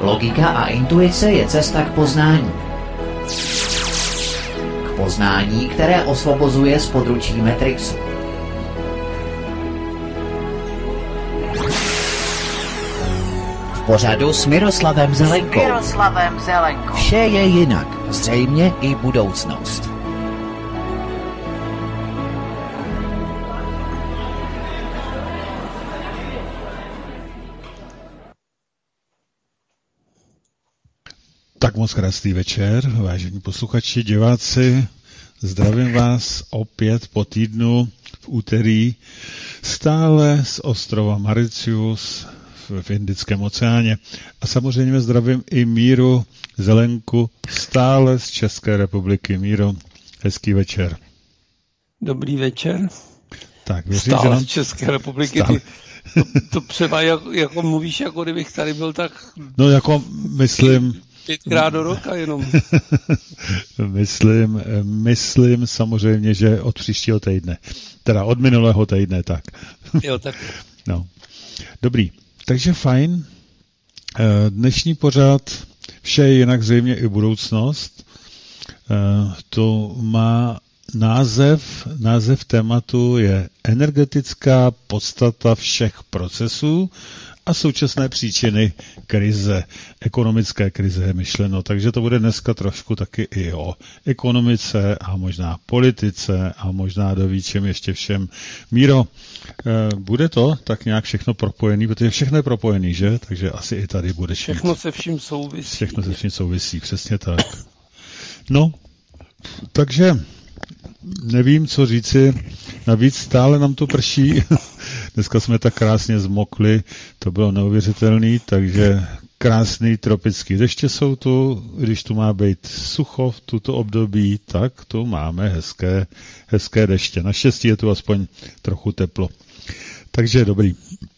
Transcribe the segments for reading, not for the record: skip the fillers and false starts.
Logika a intuice je cesta k poznání. K poznání, které osvobozuje z područí Matrixu. V pořadu s Miroslavem Zelenkou. Vše je jinak, zřejmě i budoucnost. Tak moc krásný večer, vážení posluchači, diváci, zdravím vás opět po týdnu v úterý, stále z ostrova Mauritius v Indickém oceáně. A samozřejmě zdravím i Míru Zelenku, stále z České republiky. Míro, hezký večer. Dobrý večer. Tak, věřím, stále že nám... z České republiky. To třeba jako mluvíš, jako kdybych tady byl tak... No jako myslím... 5krát do roka jenom. Myslím samozřejmě, že od příštího týdne. Teda od minulého týdne, tak. Jo, tak. No. Dobrý. Takže fajn. Dnešní pořad vše je jinak, zřejmě i budoucnost. To má název tématu je energetická podstata všech procesů a současné příčiny krize, ekonomické krize je myšleno. Takže to bude dneska trošku taky i o ekonomice a možná politice a možná doví čem ještě všem. Míro, bude to tak nějak všechno propojený, protože všechno je propojený, že? Takže asi i tady bude všechno se vším souvisí. Všechno se vším souvisí, přesně tak. No, takže nevím, co říci. Navíc stále nám to prší. Dneska jsme tak krásně zmokli, to bylo neuvěřitelný, takže krásný tropický deště jsou tu, když tu má být sucho v tuto období, tak tu máme hezké deště. Naštěstí je tu aspoň trochu teplo. Takže dobrý.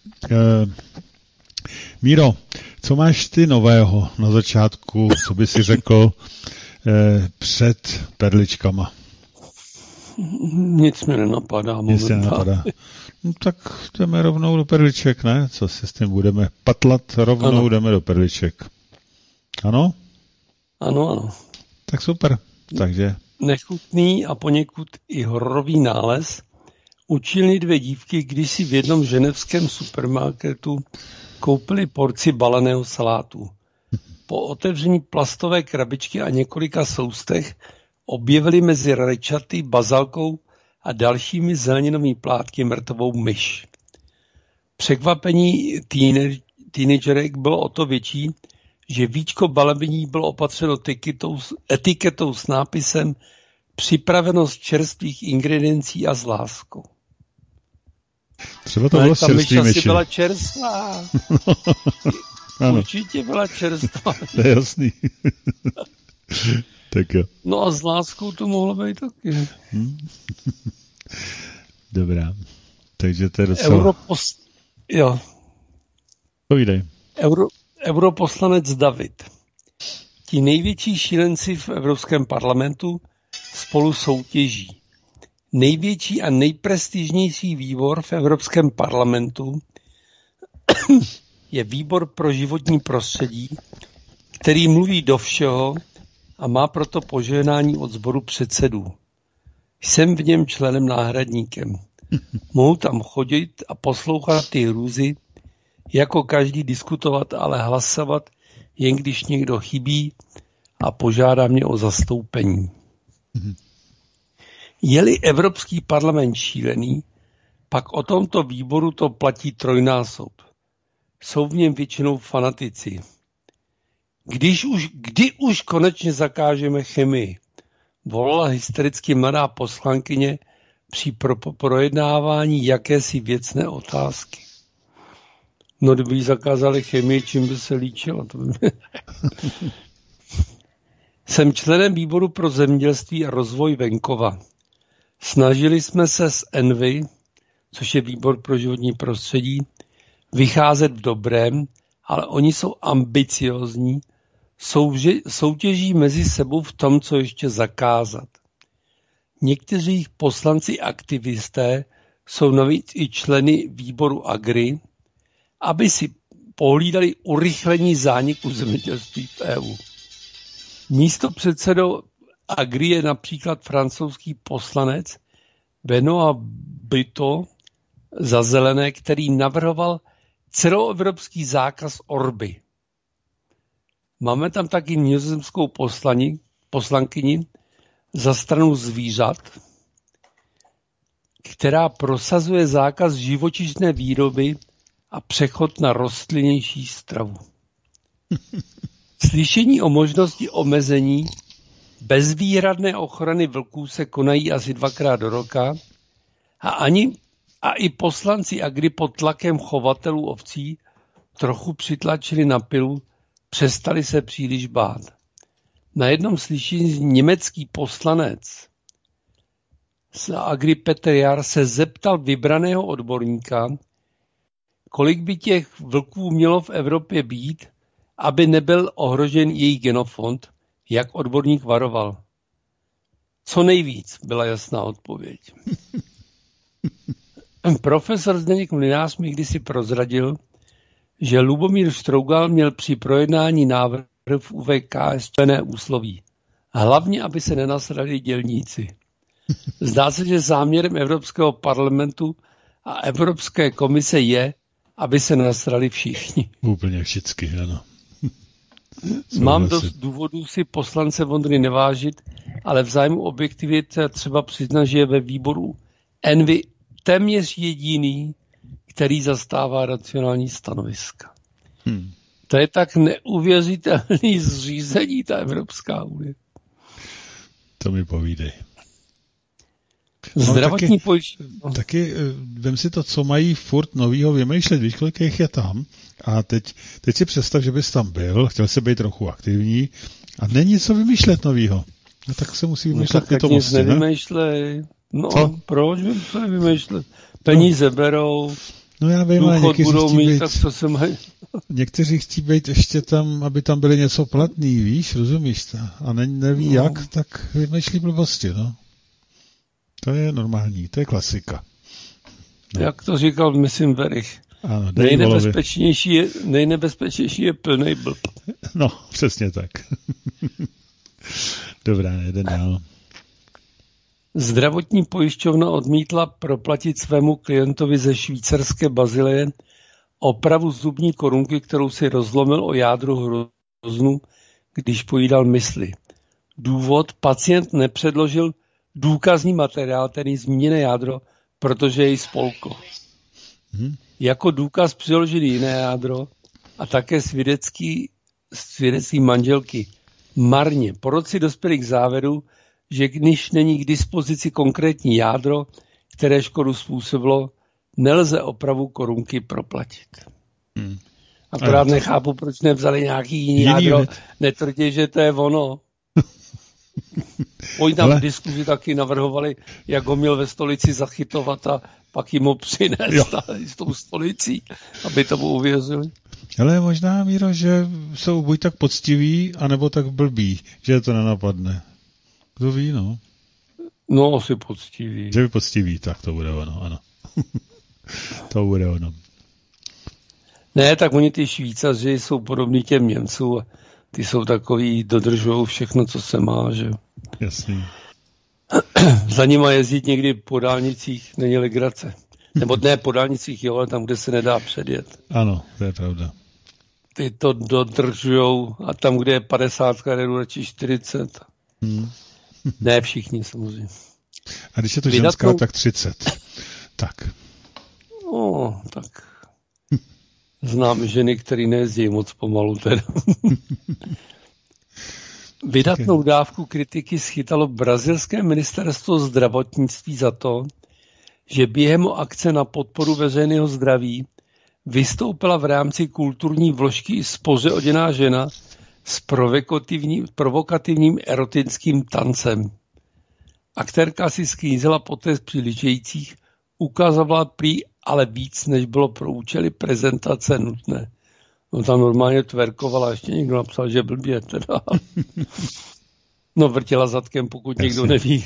Míro, co máš ty nového na začátku, co by si řekl před perličkama? Nic mi nenapadá. Nic mi nenapadá. No tak jdeme rovnou do perliček, ne? Co si s tím budeme patlat? Rovnou ano. Jdeme do perliček. Ano? Ano. Tak super. Takže. Nechutný a poněkud i hororový nález učinili 2 dívky, když si v jednom ženevském supermarketu koupili porci baleného salátu. Po otevření plastové krabičky a několika soustech objevili mezi rajčaty, bazalkou a dalšími zeleninovými plátky mrtvou myš. Překvapení teenagerek bylo o to větší, že víčko balení bylo opatřeno etiketou s nápisem připraveno z čerstvých ingrediencí a s láskou. Třeba to bylo ta myš asi byla čerstvá. Určitě byla čerstvá. To je jasný. Tak jo. No a s láskou to mohlo být taky. Dobrá. Takže to je docela... Jo. Povídej. Europoslanec David. Ti největší šílenci v Evropském parlamentu spolu soutěží. Největší a nejprestižnější výbor v Evropském parlamentu je výbor pro životní prostředí, který mluví do všeho a má proto požehnání od sboru předsedů. Jsem v něm členem náhradníkem. Mohu tam chodit a poslouchat ty hrůzy, jako každý diskutovat, ale hlasovat, jen když někdo chybí a požádá mě o zastoupení. Je-li Evropský parlament šílený, pak o tomto výboru to platí trojnásob. Jsou v něm většinou fanatici. Kdy už konečně zakážeme chemii? Volala hystericky mladá poslankyně při projednávání jakési věcné otázky. No, kdyby zakázali chemii, čím by se líčila? Jsem členem výboru pro zemědělství a rozvoj venkova. Snažili jsme se s ENVI, což je výbor pro životní prostředí, vycházet v dobrém, ale oni jsou ambiciózní, soutěží mezi sebou v tom, co ještě zakázat. Někteří jejich poslanci aktivisté jsou navíc i členy výboru Agri, aby si pohlídali urychlení zániku zemědělství v EU. Místo předsedou Agri je například francouzský poslanec Benoît Brito za Zelené, který navrhoval celoevropský zákaz orby. Máme tam taky nizozemskou poslankyni za stranu zvířat, která prosazuje zákaz živočišné výroby a přechod na rostlinnější stravu. Slyšení o možnosti omezení bezvýhradné ochrany vlků se konají asi 2krát do roka a i poslanci Agri pod tlakem chovatelů ovcí trochu přitlačili na pilu, přestali se příliš bát. Na jednom slyšení německý poslanec z Agri Petr Jar se zeptal vybraného odborníka, kolik by těch vlků mělo v Evropě být, aby nebyl ohrožen jejich genofond, jak odborník varoval. Co nejvíc, byla jasná odpověď. Profesor Zdeněk Mlynář mi kdysi prozradil, že Lubomír Štrougal měl při projednání návrhu v UVKS člené úsloví. Hlavně, aby se nenasrali dělníci. Zdá se, že záměrem Evropského parlamentu a Evropské komise je, aby se nasrali všichni. Úplně všichni, ano. Mám dost důvodů si poslance Vondry nevážit, ale v zájmu objektivity třeba přiznat, že je ve výboru Envy téměř jediný, který zastává racionální stanoviska. To je tak neuvěřitelný zřízení, ta Evropská unie. To mi povídej. Zdravotní pojištění. Taky vem si to, co mají furt novýho vymýšlet, víš, kolik jich je tam. A teď si představ, že bys tam byl, chtěl se být trochu aktivní a není co vymýšlet novýho. No tak se musí vymýšlet ty to moci, ne? Nevymýšlej. No, co? Proč by to vymýšlet? Peníze berou, no já vím, důchod budou mít, tak co se mají. Někteří chtějí být ještě tam, aby tam byly něco platný, víš, rozumíš to? A neví jak, tak vymýšlí blbosti, no. To je normální, to je klasika. No. Jak to říkal, myslím, Verich. Ano, nejnebezpečnější je plnej blb. No, přesně tak. Dobrá, jeden dál. Zdravotní pojišťovna odmítla proplatit svému klientovi ze švýcarské Bazileje opravu zubní korunky, kterou si rozlomil o jádru hroznu, když pojídal mysli. Důvod: pacient nepředložil důkazní materiál, tedy zmíněné jádro, protože jej spolklo. Jako důkaz přiložili jiné jádro a také svědectví manželky. Marně. Porodci dospěli k závěru, že když není k dispozici konkrétní jádro, které škodu způsobilo, nelze opravu korunky proplatit. Akorát nechápu, proč nevzali nějaký jiný jádro, netvrdí, že to je ono. Oni tam v diskuzi taky navrhovali, jak ho měl ve stolici zachytovat a pak jim ho přinést s tou stolicí, aby tomu uvěřili. Ale možná, Míro, že jsou buď tak poctiví, anebo tak blbí, že to nenapadne. Kdo ví, no? No, asi poctiví. Že by poctiví, tak to bude ono, ano. To bude ono. Ne, tak oni ty Švýcaři jsou podobní těm Němců. Ty jsou takový, dodržují všechno, co se má, že? Jasný. Za nima jezdit někdy po dálnicích není legrace. Nebo ne po dálnicích, jo, ale tam, kde se nedá předjet. Ano, to je pravda. Ty to dodržujou a tam, kde je 50, jdu radši 40. Ne všichni, samozřejmě. A když je to ženská, tak 30. Tak. No, tak. Znám ženy, které nejezdí moc pomalu teda. Vydatnou dávku kritiky schytalo brazilské ministerstvo zdravotnictví za to, že během akce na podporu veřejného zdraví vystoupila v rámci kulturní vložky spoře oděná žena s provokativním erotickým tancem. Aktérka si sklízela poté z přilížejících, ukazovala prý ale víc, než bylo pro účely prezentace nutné. No tam normálně tverkovala, ještě někdo napsal, že blbě teda. No vrtěla zadkem, pokud někdo neví.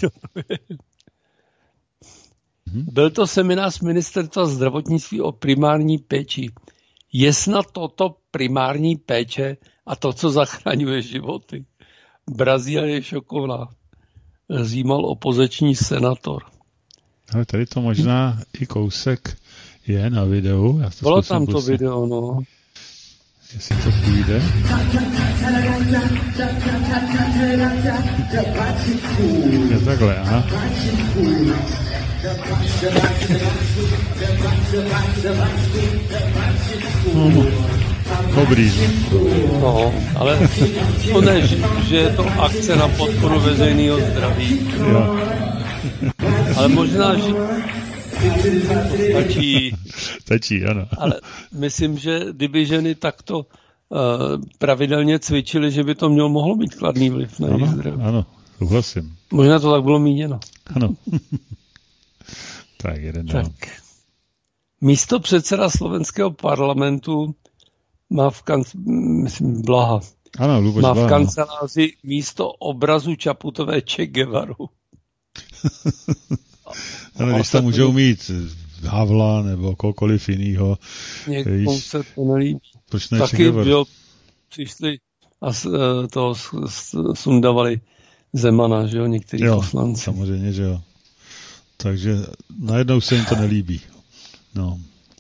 Byl to seminář ministerstva zdravotnictví o primární péči. Je snad toto primární péče a to, co zachraňuje životy. Brazílie je šokovná. Zjímal opoziční senátor. Ale tady to možná i kousek je na videu. Já to bylo tam to video, no. Jestli to půjde. Je takhle, aha. Dobrý. No, ale to ne, že je to akce na podporu veřejného zdraví. Jo. Ale možná, že stačí, ano. Ale myslím, že kdyby ženy takto pravidelně cvičily, že by to mohlo mít kladný vliv na jejich zdraví. Ano, souhlasím. Možná to tak bylo míněno. Ano. Tak, jeden dál. Tak. Místo předseda slovenského parlamentu má Blaha. Ano, Luboš má Blaha. V kanceláři místo obrazu Čaputové Che Guevaru. Ano, když tam můžou mít Havla nebo kohokoliv jinýho. Někomu se to nelíbí. Proč ne taky přišli a to sundavali Zemana, že jo, některý poslanci. Samozřejmě, že jo. Takže najednou se jim to nelíbí. No.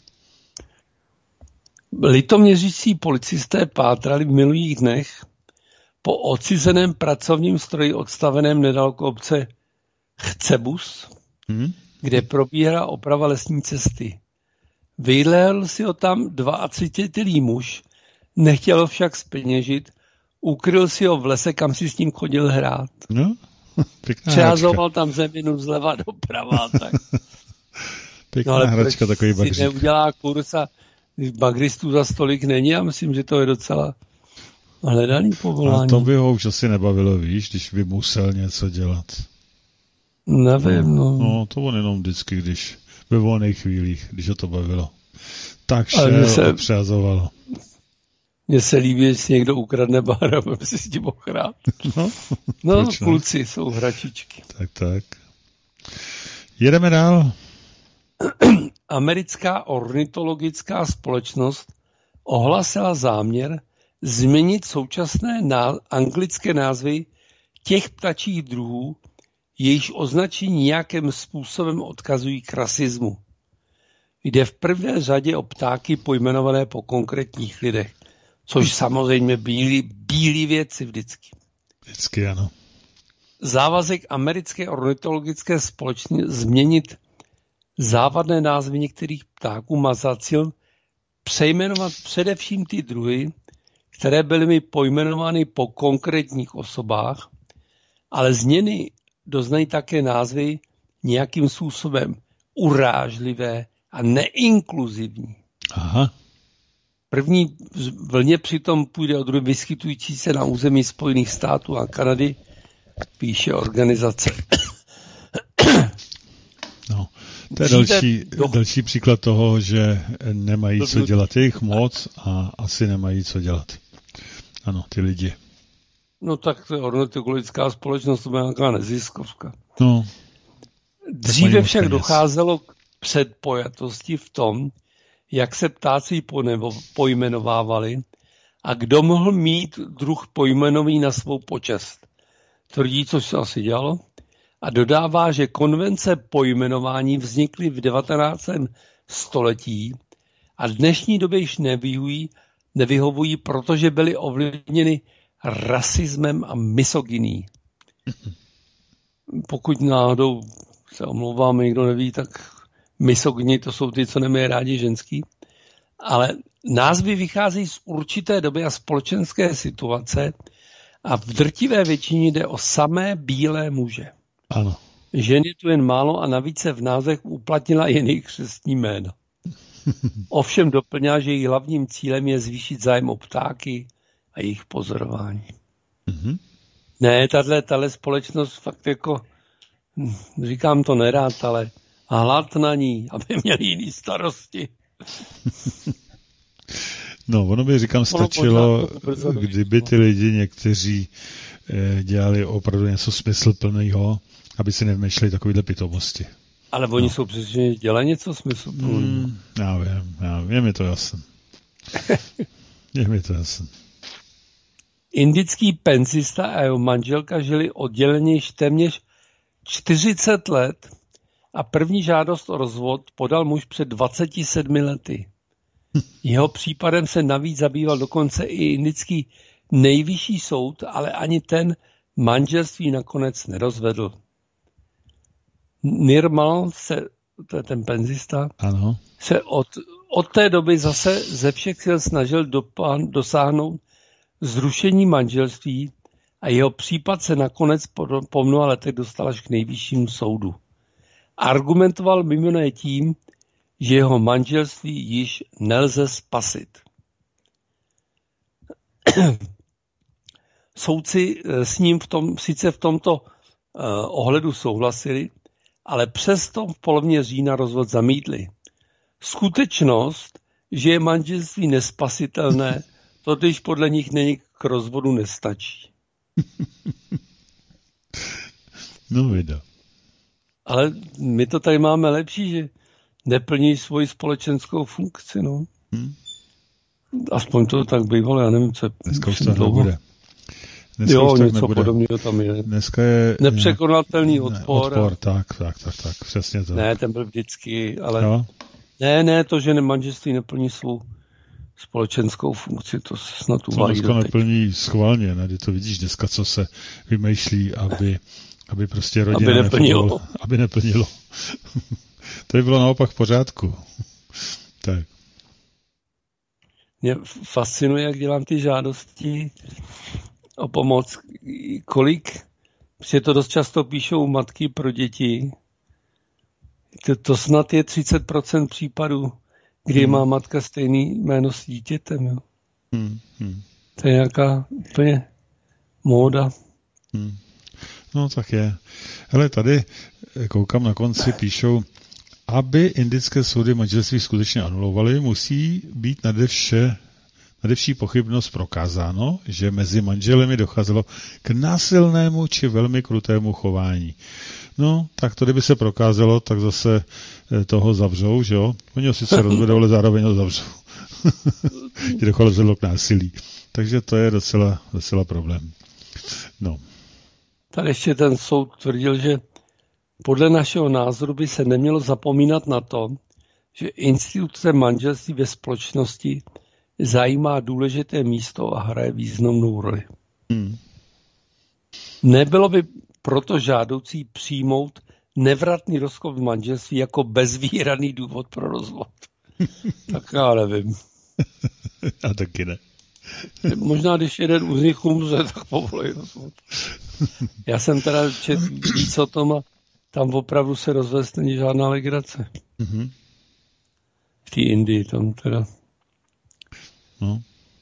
Litoměřící policisté pátrali v minulých dnech po odcizeném pracovním stroji odstaveném nedaleko obce Chcebus, kde probíhá oprava lesní cesty. Vyhlédl si ho tam 32letý muž, nechtěl však zpeněžit, ukryl si ho v lese, kam si s ním chodil hrát. No, pěkná přehazoval tam zeminu zleva doprava. Tak. Pěkná hračka, takový bagřík. Si neudělá kurz a bagristů za stolik není, já myslím, že to je docela hledaný povolání. A to by ho už asi nebavilo, víš, když by musel něco dělat. Nevím, no. No, to on jenom vždycky, když ve volných chvílích, když ho to bavilo. Tak šel a přehazovalo. Mně se líbí, že si někdo ukradne bar, aby si s tím mohl hrát. No, kluci jsou hračičky. Tak. Jedeme dál. Americká ornitologická společnost ohlasila záměr změnit současné anglické názvy těch ptačích druhů, jejichž označení nějakým způsobem odkazují k rasismu. Jde v prvé řadě o ptáky pojmenované po konkrétních lidech, což samozřejmě bílí věci vždycky. Vždycky ano. Závazek americké ornitologické společnosti změnit závadné názvy některých ptáků má za cíl přejmenovat především ty druhy, které byly pojmenovány po konkrétních osobách, ale změny doznají také názvy nějakým způsobem urážlivé a neinkluzivní. Aha. První vlně přitom půjde o druhy vyskytující se na území Spojených států a Kanady, píše organizace. No, to je další příklad toho, že nemají co dělat. Je jich moc a asi nemají co dělat. Ano, ty lidi. No tak to je ornitologická společnost, to je nějaká neziskovka. No, dříve však docházelo k předpojatosti v tom, jak se ptáci pojmenovávali a kdo mohl mít druh pojmenovaný na svou počest. Tvrdí, což se asi dělalo, a dodává, že konvence pojmenování vznikly v 19. století a dnešní době již nevyhovují, protože byly ovlivněny rasismem a misogyní. Pokud náhodou se omlouvám, někdo neví, tak misogyni to jsou ty, co nemají rádi ženský. Ale názvy vycházejí z určité doby a společenské situace a v drtivé většině jde o samé bílé muže. Ano. Žen je tu jen málo a navíc se v názvech uplatnila jen jejich křestní jména. Ovšem doplňá, že jejich hlavním cílem je zvýšit zájem o ptáky a jejich pozorování. Mm-hmm. Ne, tahle společnost fakt jako, říkám to nerád, ale hlad na ní, aby měli jiný starosti. No, ono by, říkám, stačilo, kdyby ty lidi někteří dělali opravdu něco smysluplného, aby si nevymýšleli takovýhle pitomosti. Ale oni jsou přesně dělají něco smysluplného. Já vím, je mi to jasné. Je mi to jasný. Indický penzista a jeho manželka žili odděleně již téměř 40 let a první žádost o rozvod podal muž před 27 lety. Jeho případem se navíc zabýval dokonce i indický nejvyšší soud, ale ani ten manželství nakonec nerozvedl. Nirmal to je ten penzista, ano. Se od té doby zase ze všech sil snažil dosáhnout zrušení manželství a jeho případ se nakonec po mnoha letech dostal až k nejvyššímu soudu. Argumentoval mimo jiné tím, že jeho manželství již nelze spasit. Soudci s ním sice v tomto ohledu souhlasili, ale přesto v polovině října rozvod zamítli. Skutečnost, že je manželství nespasitelné, totiž podle nich není k rozvodu nestačí. No vida. Ale my to tady máme lepší, že neplní svoji společenskou funkci, no. Aspoň to tak bývalo, já nevím, co... Dneska už to nebude. Jo, něco podobného tam je. Dneska je... Nepřekonatelný odpor. Tak, přesně to. Ne, ten byl vždycky, ale... No. Ne, to, že manželství neplní svou společenskou funkci, to se snad uvádí to dneska neplní schválně, ne? Ty to vidíš dneska, co se vymýšlí, aby prostě rodina aby neplnilo. To by bylo naopak v pořádku. Tak. Mě fascinuje, jak dělám ty žádosti o pomoc. Protože to dost často píšou matky pro děti. To snad je 30% případů, kdy má matka stejný jméno s dítětem. Jo. To je nějaká úplně móda. No tak je. Hele, tady koukám na konci, píšou, aby indické soudy manželství skutečně anulovaly, musí být nadevší pochybnost prokázáno, že mezi manželemi docházelo k násilnému či velmi krutému chování. No, tak to, kdyby se prokázalo, tak zase toho zavřou, že jo? Oni ho sice rozvedou, ale zároveň ho zavřou. Že docházelo k násilí. Takže to je docela problém. No. Tady ještě ten soud tvrdil, že podle našeho názoru by se nemělo zapomínat na to, že instituce manželství ve společnosti zajímá důležité místo a hraje významnou roli. Nebylo by proto žádoucí přijmout nevratný rozchod v manželství jako bezvýhradný důvod pro rozvod. Tak já nevím. A taky ne. Možná, když jeden z nich umře, tak povolí rozvod. Já jsem teda četl víc o tom a tam opravdu se rozvést není žádná legrace. V té Indii tam teda. No.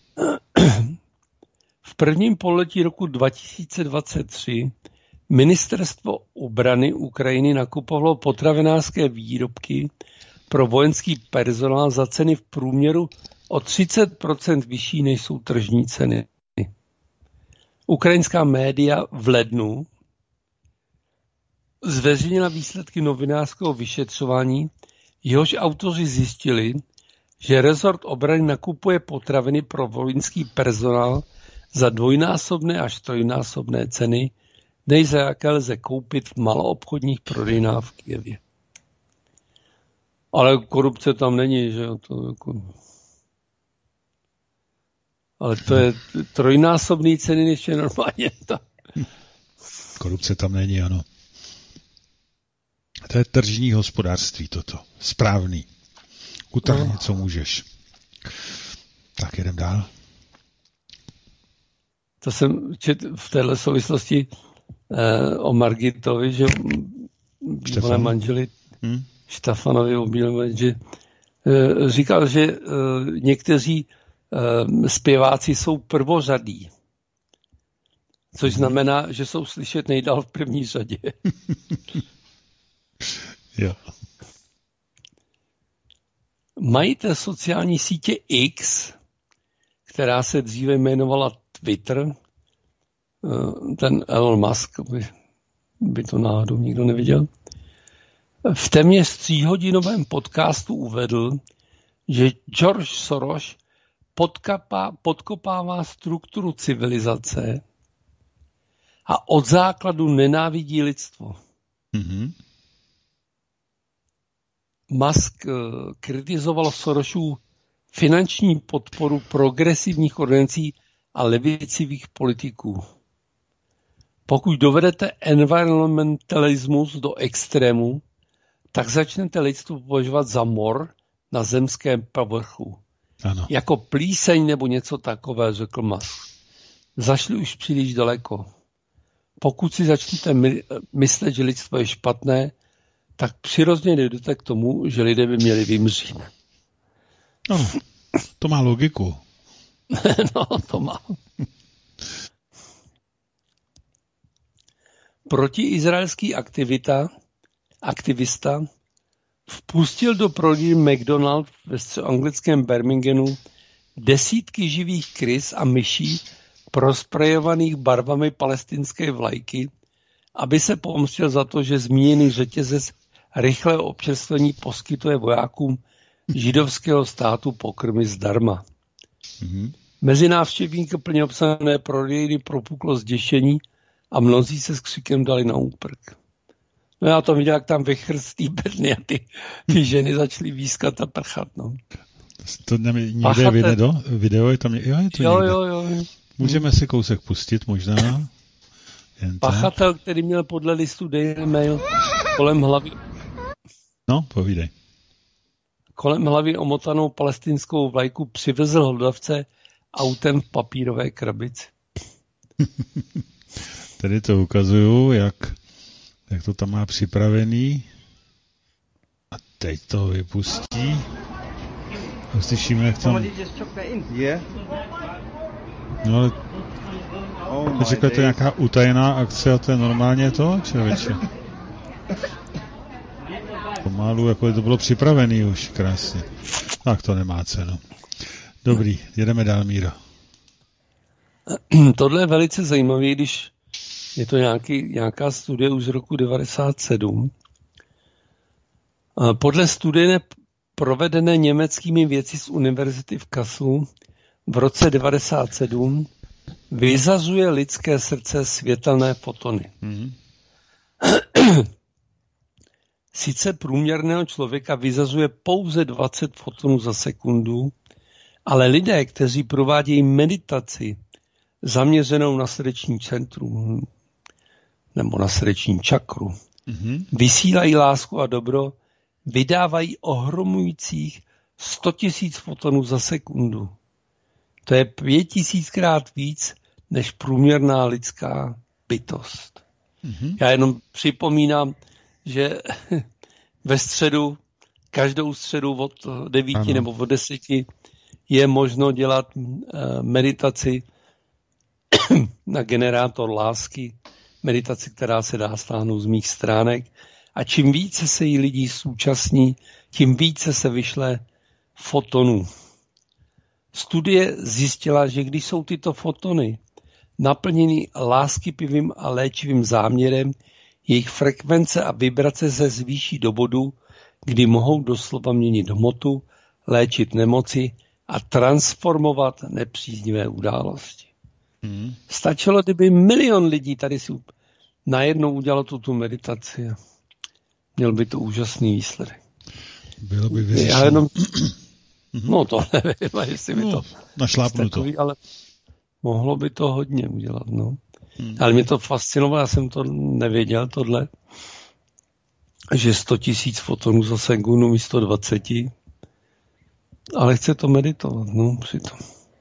V prvním pololetí roku 2023 Ministerstvo obrany Ukrajiny nakupovalo potravinářské výrobky pro vojenský personál za ceny v průměru o 30% vyšší, než jsou tržní ceny. Ukrajinská média v lednu zveřejnila výsledky novinářského vyšetřování, jehož autoři zjistili, že rezort obrany nakupuje potraviny pro vojenský personál za dvojnásobné až trojnásobné ceny, než za jaké lze koupit v maloobchodních prodejnách v Kyjevě. Ale korupce tam není, že jo? Ale to je trojnásobný ceny, než je normálně. Korupce tam není, ano. To je tržní hospodářství toto. Správný. Utrhni, co můžeš. Tak jdem dál. To jsem četl v téhle souvislosti o Margitovi, že bývalé manželi Štefanovi obílem, že říkal, že někteří zpěváci jsou prvořadí. Což znamená, že jsou slyšet nejdál v první řadě. Jo. Majitel sociální sítě X, která se dříve jmenovala Twitter, ten Elon Musk, by to náhodou nikdo neviděl, v téměř 3hodinovém podcastu uvedl, že George Soros podkopává strukturu civilizace a od základu nenávidí lidstvo. Mm-hmm. Musk kritizoval Sorosův finanční podporu progresivních organizací a levicivých politiků. Pokud dovedete environmentalismus do extrému, tak začnete lidstvo považovat za mor na zemském povrchu. Ano. Jako plíseň nebo něco takové, řekl Musk. Zašli už příliš daleko. Pokud si začnete myslet, že lidstvo je špatné, tak přirozeně dojdete k tomu, že lidé by měli vymřít. No, to má logiku. No, to má. Protiizraelský aktivista vpustil do prodeje McDonald ve anglickém Birminghamu desítky živých krys a myší prosprejovaných barvami palestinské vlajky, aby se pomstil za to, že zmíněný řetězec rychlého občerstvení poskytuje vojákům židovského státu pokrmy zdarma. Mm-hmm. Mezi návštěvníky plně obsazené prodejny propuklo zděšení a mnozí se s křikem dali na úprk. No já to viděl, jak tam vychrstý bedny a ty ženy začaly výskat a prchat. No. To někde je video, je tam je to jo. Můžeme si kousek pustit možná. Pachatel, který měl podle listu Daily Mail kolem hlavy... No, povídej. Kolem hlavy omotanou palestinskou vlajku přivezl hlodavce autem v papírové krabici. Tady to ukazuju, jak to tam má připravený. A teď to vypustí. A slyšíme, jak tam... No ale... Řekl, to je nějaká utajená akce a to je normálně to, člověče? Pomalu, jako to bylo připravený už krásně. Tak to nemá cenu. Dobrý, jedeme dál, Míro. Tohle je velice zajímavé, když je to nějaká studie už z roku 1997. Podle studie provedené německými vědci z univerzity v Kasselu v roce 1997 vyzazuje lidské srdce světelné fotony. Mm-hmm. Sice průměrného člověka vyzazuje pouze 20 fotonů za sekundu, ale lidé, kteří provádějí meditaci zaměřenou na srdeční centrum nebo na srdeční čakru, vysílají lásku a dobro, vydávají ohromujících 100 000 fotonů za sekundu. To je 5000krát víc než průměrná lidská bytost. Mm-hmm. Já jenom připomínám, že ve středu, každou středu od 9 nebo od 10 je možno dělat meditaci na generátor lásky, meditaci, která se dá stáhnout z mých stránek. A čím více se jí lidí zúčastní, tím více se vyšle fotonů. Studie zjistila, že když jsou tyto fotony naplněny láskyplivým a léčivým záměrem, jejich frekvence a vibrace se zvýší do bodu, kdy mohou doslova měnit hmotu, léčit nemoci a transformovat nepříznivé události. Stačilo, kdyby 1 milion lidí tady si najednou udělalo tu meditaci a měl by to úžasný výsledek. Bylo by vyřešeno. Já jenom... No to nevím, jestli by to... Našlápnu takový, to. Ale mohlo by to hodně udělat, no. Ale mě to fascinovalo, já jsem to nevěděl, tohle, že 100 000 fotonů za sekundu místo 20, ale chce to meditovat, no, přitom.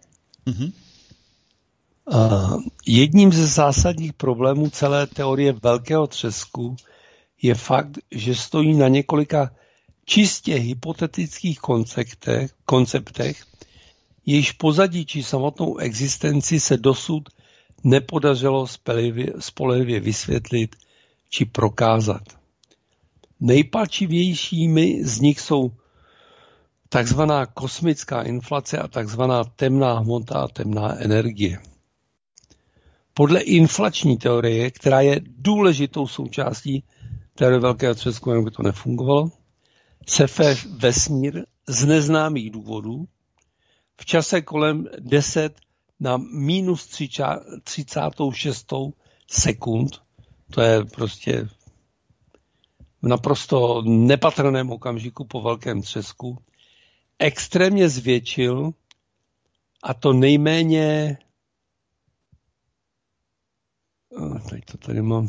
A jedním ze zásadních problémů celé teorie velkého třesku je fakt, že stojí na několika čistě hypotetických konceptech, jejichž pozadí či samotnou existenci se dosud nepodařilo spolehlivě vysvětlit či prokázat. Nejpalčivějšími z nich jsou takzvaná kosmická inflace a takzvaná temná hmota a temná energie. Podle inflační teorie, která je důležitou součástí teorie velkého třesku, jenom by to nefungovalo, se vesmír z neznámých důvodů v čase kolem 10 na minus 36 sekund. To je prostě v naprosto nepatrném okamžiku po velkém třesku. Extrémně zvětšil, a to nejméně... Teď to tady mám...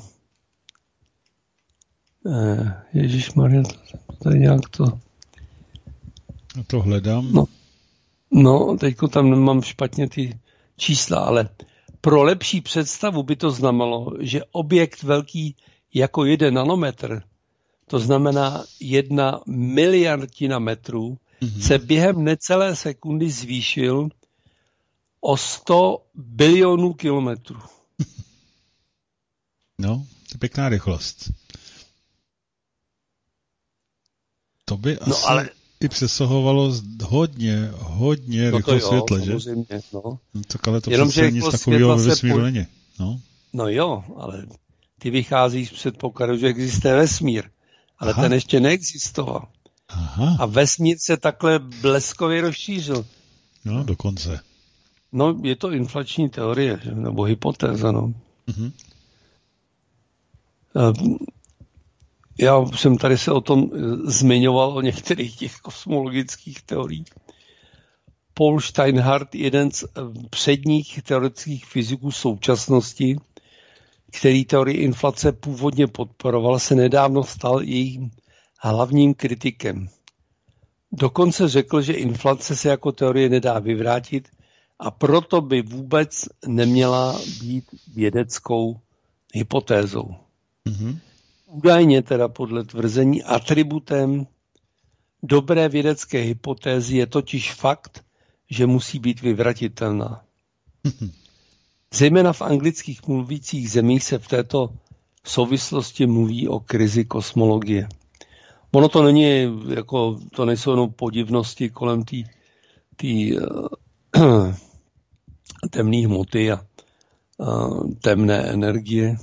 Ježišmarja, tady nějak to... Já to hledám. No, teďko tam nemám špatně ty čísla, ale pro lepší představu by to znamenalo, že objekt velký jako 1 nanometr, to znamená 1 miliardina metrů, se během necelé sekundy zvýšil o 100 bilionů kilometrů. No, to je pěkná rychlost. To by asi ale... i přesahovalo hodně rychlost světla, že? No. Tak ale to přece nic takového ve vesmíru není. No jo, ale ty vycházíš z předpokladu, že existuje vesmír, ale ten ještě neexistoval. Aha. A vesmír se takhle bleskově rozšířil. No, dokonce. No, je to inflační teorie, nebo hypotéza, no. Mhm. Já jsem tady se o tom zmiňoval, o některých těch kosmologických teoriích. Paul Steinhardt, jeden z předních teoretických fyziků současnosti, který teorii inflace původně podporoval, se nedávno stal jejím hlavním kritikem. Dokonce řekl, že inflace se jako teorie nedá vyvrátit a proto by vůbec neměla být vědeckou hypotézou. Mhm. Údajně teda podle tvrzení atributem dobré vědecké hypotézy je totiž fakt, že musí být vyvratitelná. Zejména v anglických mluvících zemích se v této souvislosti mluví o krizi kosmologie. Ono to není, jako, to nejsou jenom podivnosti kolem té temné hmoty a temné energie.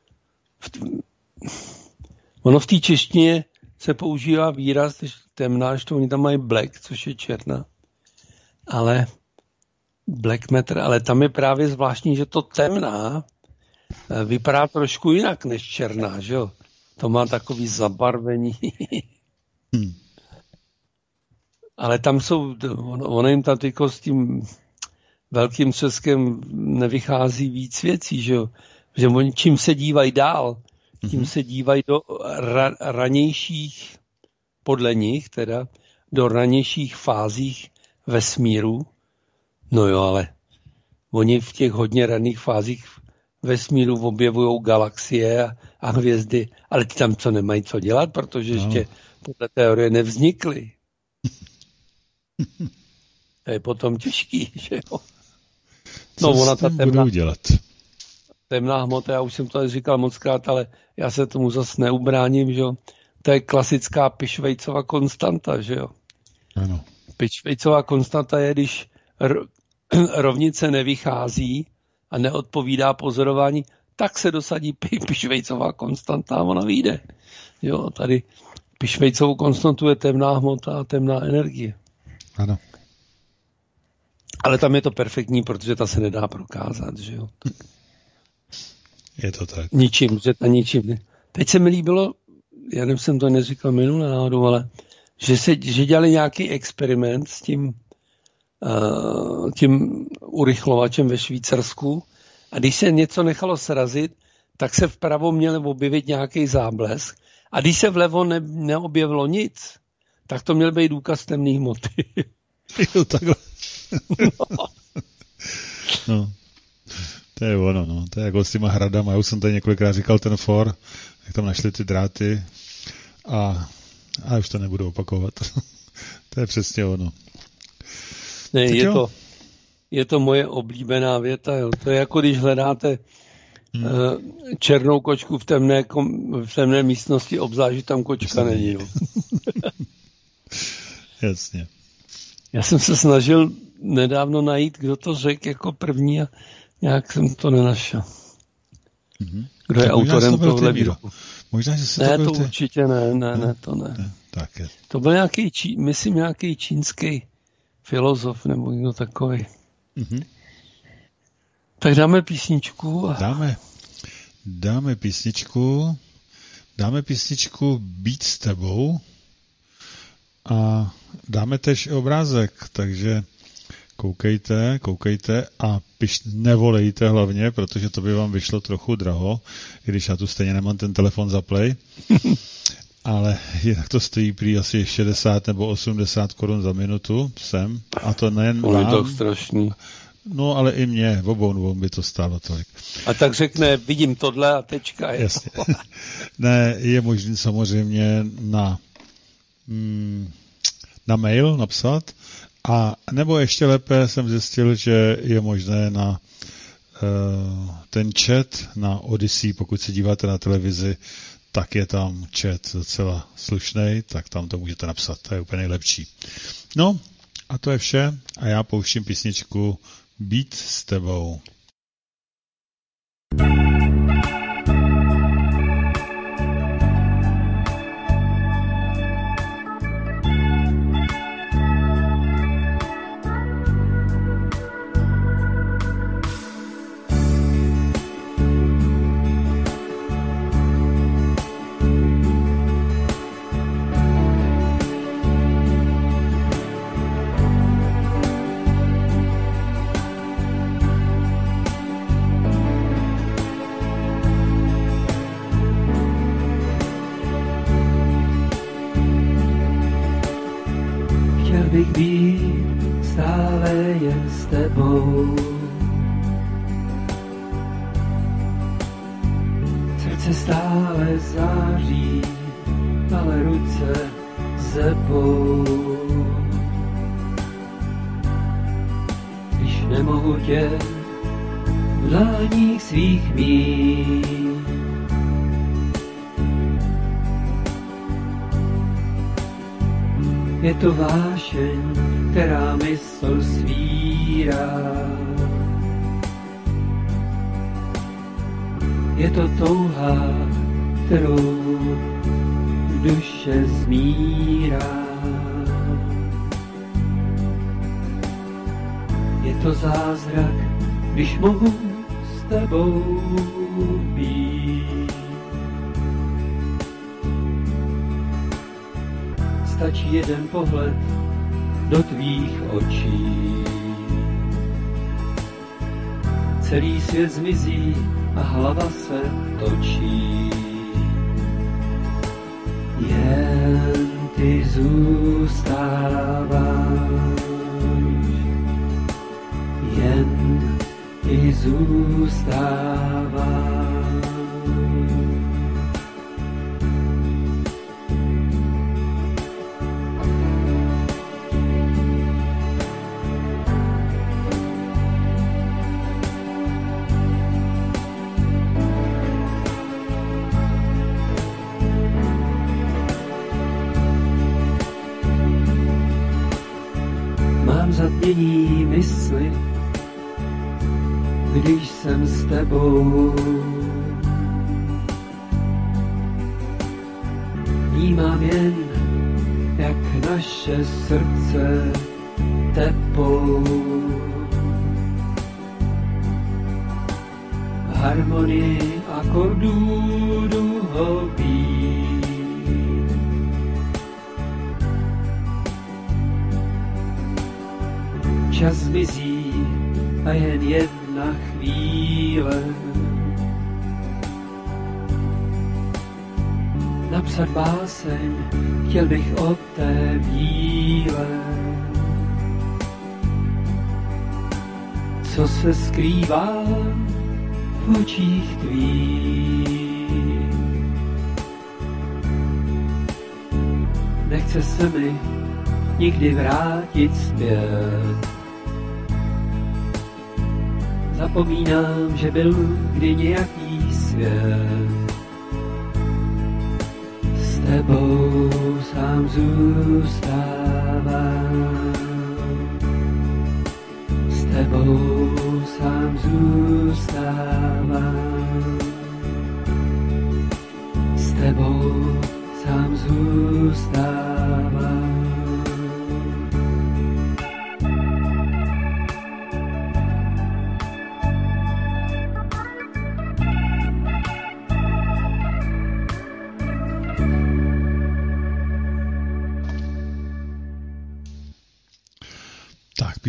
Ono v té češtině se používá výraz temná, že to oni tam mají black, což je černá. Ale black matter, ale tam je právě zvláštní, že to temná vypadá trošku jinak než černá, že jo? To má takový zabarvení. Ale tam jsou, ono jim tam tyko s tím velkým třeskem nevychází víc věcí, že jo? Že oni čím se dívají dál, tím se dívají do ranějších, podle nich teda, do ranějších fázích vesmíru. No jo, ale oni v těch hodně raných fázích vesmíru objevují galaxie a hvězdy, ale ty tam co nemají co dělat, protože ještě podle teorie nevznikly. To je potom těžký, že jo. No, ona ta temná hmota, já už jsem to říkal mockrát, ale já se tomu zase neubráním, že jo. To je klasická Pišvejcova konstanta, že jo. Ano. Pišvejcova konstanta je, když rovnice nevychází a neodpovídá pozorování, tak se dosadí Pišvejcova konstanta a ona vyjde. Jo, tady Pišvejcovou konstantu je temná hmota a temná energie. Ano. Ale tam je to perfektní, protože ta se nedá prokázat, že jo. Je to tak. Ničím, že ta ničím. Teď se mi líbilo, já nevím, jsem to neříkal minule náhodou, ale že dělali nějaký experiment s tím urychlovačem ve Švýcarsku a když se něco nechalo srazit, tak se vpravo měl objevit nějaký záblesk a když se vlevo neobjevilo nic, tak to měl být důkaz temné hmoty. Jo, takhle. No. To je ono, no. To je jako s těma hradama. Já už jsem tady několikrát říkal ten for, jak tam našli ty dráty a už to nebudu opakovat. To je přesně ono. Ne, je to moje oblíbená věta. Jo. To je jako když hledáte černou kočku v temné místnosti, obzvlášť, že tam kočka není. Jo. Jasně. Já jsem se snažil nedávno najít, kdo to řekl jako první a nějak jsem to nenašel. Kdo je autorem tohle výroku? Možná, že se ne, to určitě ne, to ne. Tak je. To byl nějaký čínský filozof nebo někdo takový. Mm-hmm. Tak dáme písničku. Dáme písničku Být s tebou a dáme tež obrázek, takže koukejte a nevolejte hlavně, protože to by vám vyšlo trochu draho, i když já tu stejně nemám ten telefon za play, ale jinak to stojí prý asi 60 nebo 80 korun za minutu sem a to nejen vám. Je to strašný. No, ale i mě, obou by to stálo tolik. A tak řekne, vidím tohle a tečka. Jasně. Ne, je možný samozřejmě na mail napsat, a nebo ještě lépe jsem zjistil, že je možné na ten chat na Odyssey, pokud se díváte na televizi, tak je tam chat docela slušnej, tak tam to můžete napsat, to je úplně nejlepší. No, a to je vše a já pouštím písničku Být s tebou. Srdce stále září, ale ruce zebou. Když nemohu tě v dlaních svých mít, je to vášeň, která mysl svírá. Je to touha, kterou duše zmírá. Je to zázrak, když mohu s tebou být. Stačí jeden pohled do tvých očí. Celý svět zmizí a hlava se točí. Jen ty zůstáváš, jen ty zůstáváš. Zatmění mysli, když jsem s tebou. Vnímám jen, jak naše srdce tepou. Harmonii akordů duhových. Čas zmizí a jen jedna chvíle. Napsat báseň, chtěl bych od té bílé. Co se skrývá v očích tvých. Nechce se mi nikdy vrátit zpět. Zapomínám, že byl kdy nějaký svět. S tebou sám zůstávám. S tebou sám zůstávám. S tebou sám zůstávám.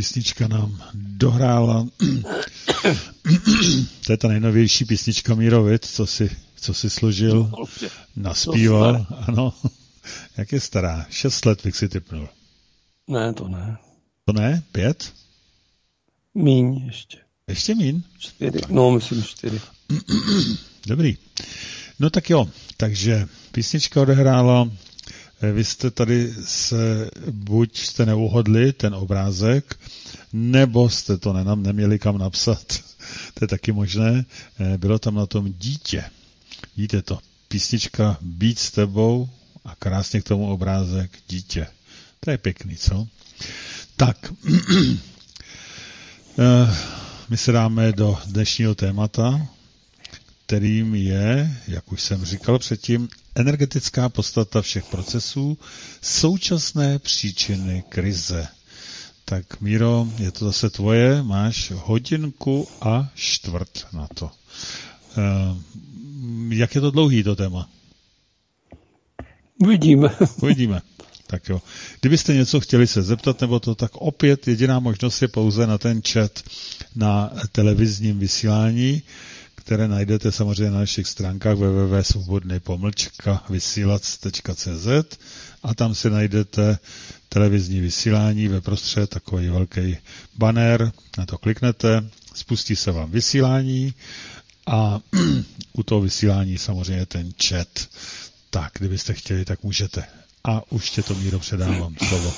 písnička nám dohrála. To je ta nejnovější písnička Mírovit, co si složil, naspíval. Ano. Jak je stará? 6 let bych si tipnul. Ne, to ne. To ne? 5? Míň ještě. Ještě míň? 4. No, myslím 4. Dobrý. No tak jo, takže písnička odehrála. Vy jste tady buď jste neuhodli ten obrázek, nebo jste to neměli kam napsat. To je taky možné. Bylo tam na tom dítě. Víte to. Písnička Být s tebou a krásně k tomu obrázek dítě. To je pěkný, co? Tak. My se dáme do dnešního témata, kterým je, jak už jsem říkal předtím, energetická podstata všech procesů, současné příčiny krize. Tak Míro, je to zase tvoje, máš 1 hodinku a 1/4 na to. Jak je to dlouhý to téma? Uvidíme. Tak jo. Kdybyste něco chtěli se zeptat, nebo to, tak opět jediná možnost je pouze na ten chat na televizním vysílání, které najdete samozřejmě na našich stránkách www.svobodny-vysílac.cz a tam si najdete televizní vysílání, ve prostřed takový velký banner, na to kliknete, spustí se vám vysílání a u toho vysílání samozřejmě ten chat. Tak, kdybyste chtěli, tak můžete. A už tě to, Míro, předávám slovo.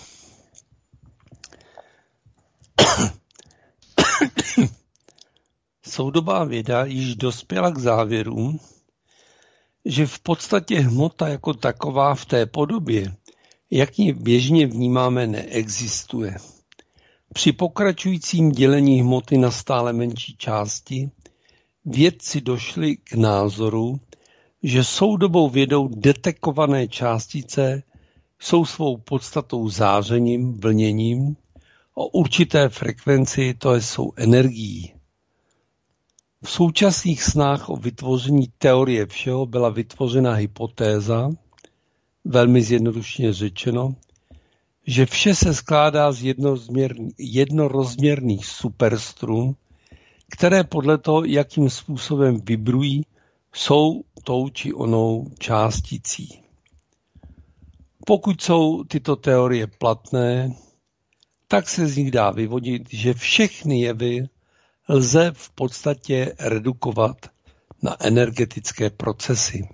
Soudobá věda již dospěla k závěru, že v podstatě hmota jako taková v té podobě, jak ji běžně vnímáme, neexistuje. Při pokračujícím dělení hmoty na stále menší části vědci došli k názoru, že soudobou vědou detekované částice jsou svou podstatou zářením, vlněním o určité frekvenci, to jsou energií. V současných snách o vytvoření teorie všeho byla vytvořena hypotéza, velmi zjednodušeně řečeno, že vše se skládá z jednorozměrných superstrun, které podle toho, jakým způsobem vibrují, jsou tou či onou částicí. Pokud jsou tyto teorie platné, tak se z nich dá vyvodit, že všechny jevy lze v podstatě redukovat na energetické procesy.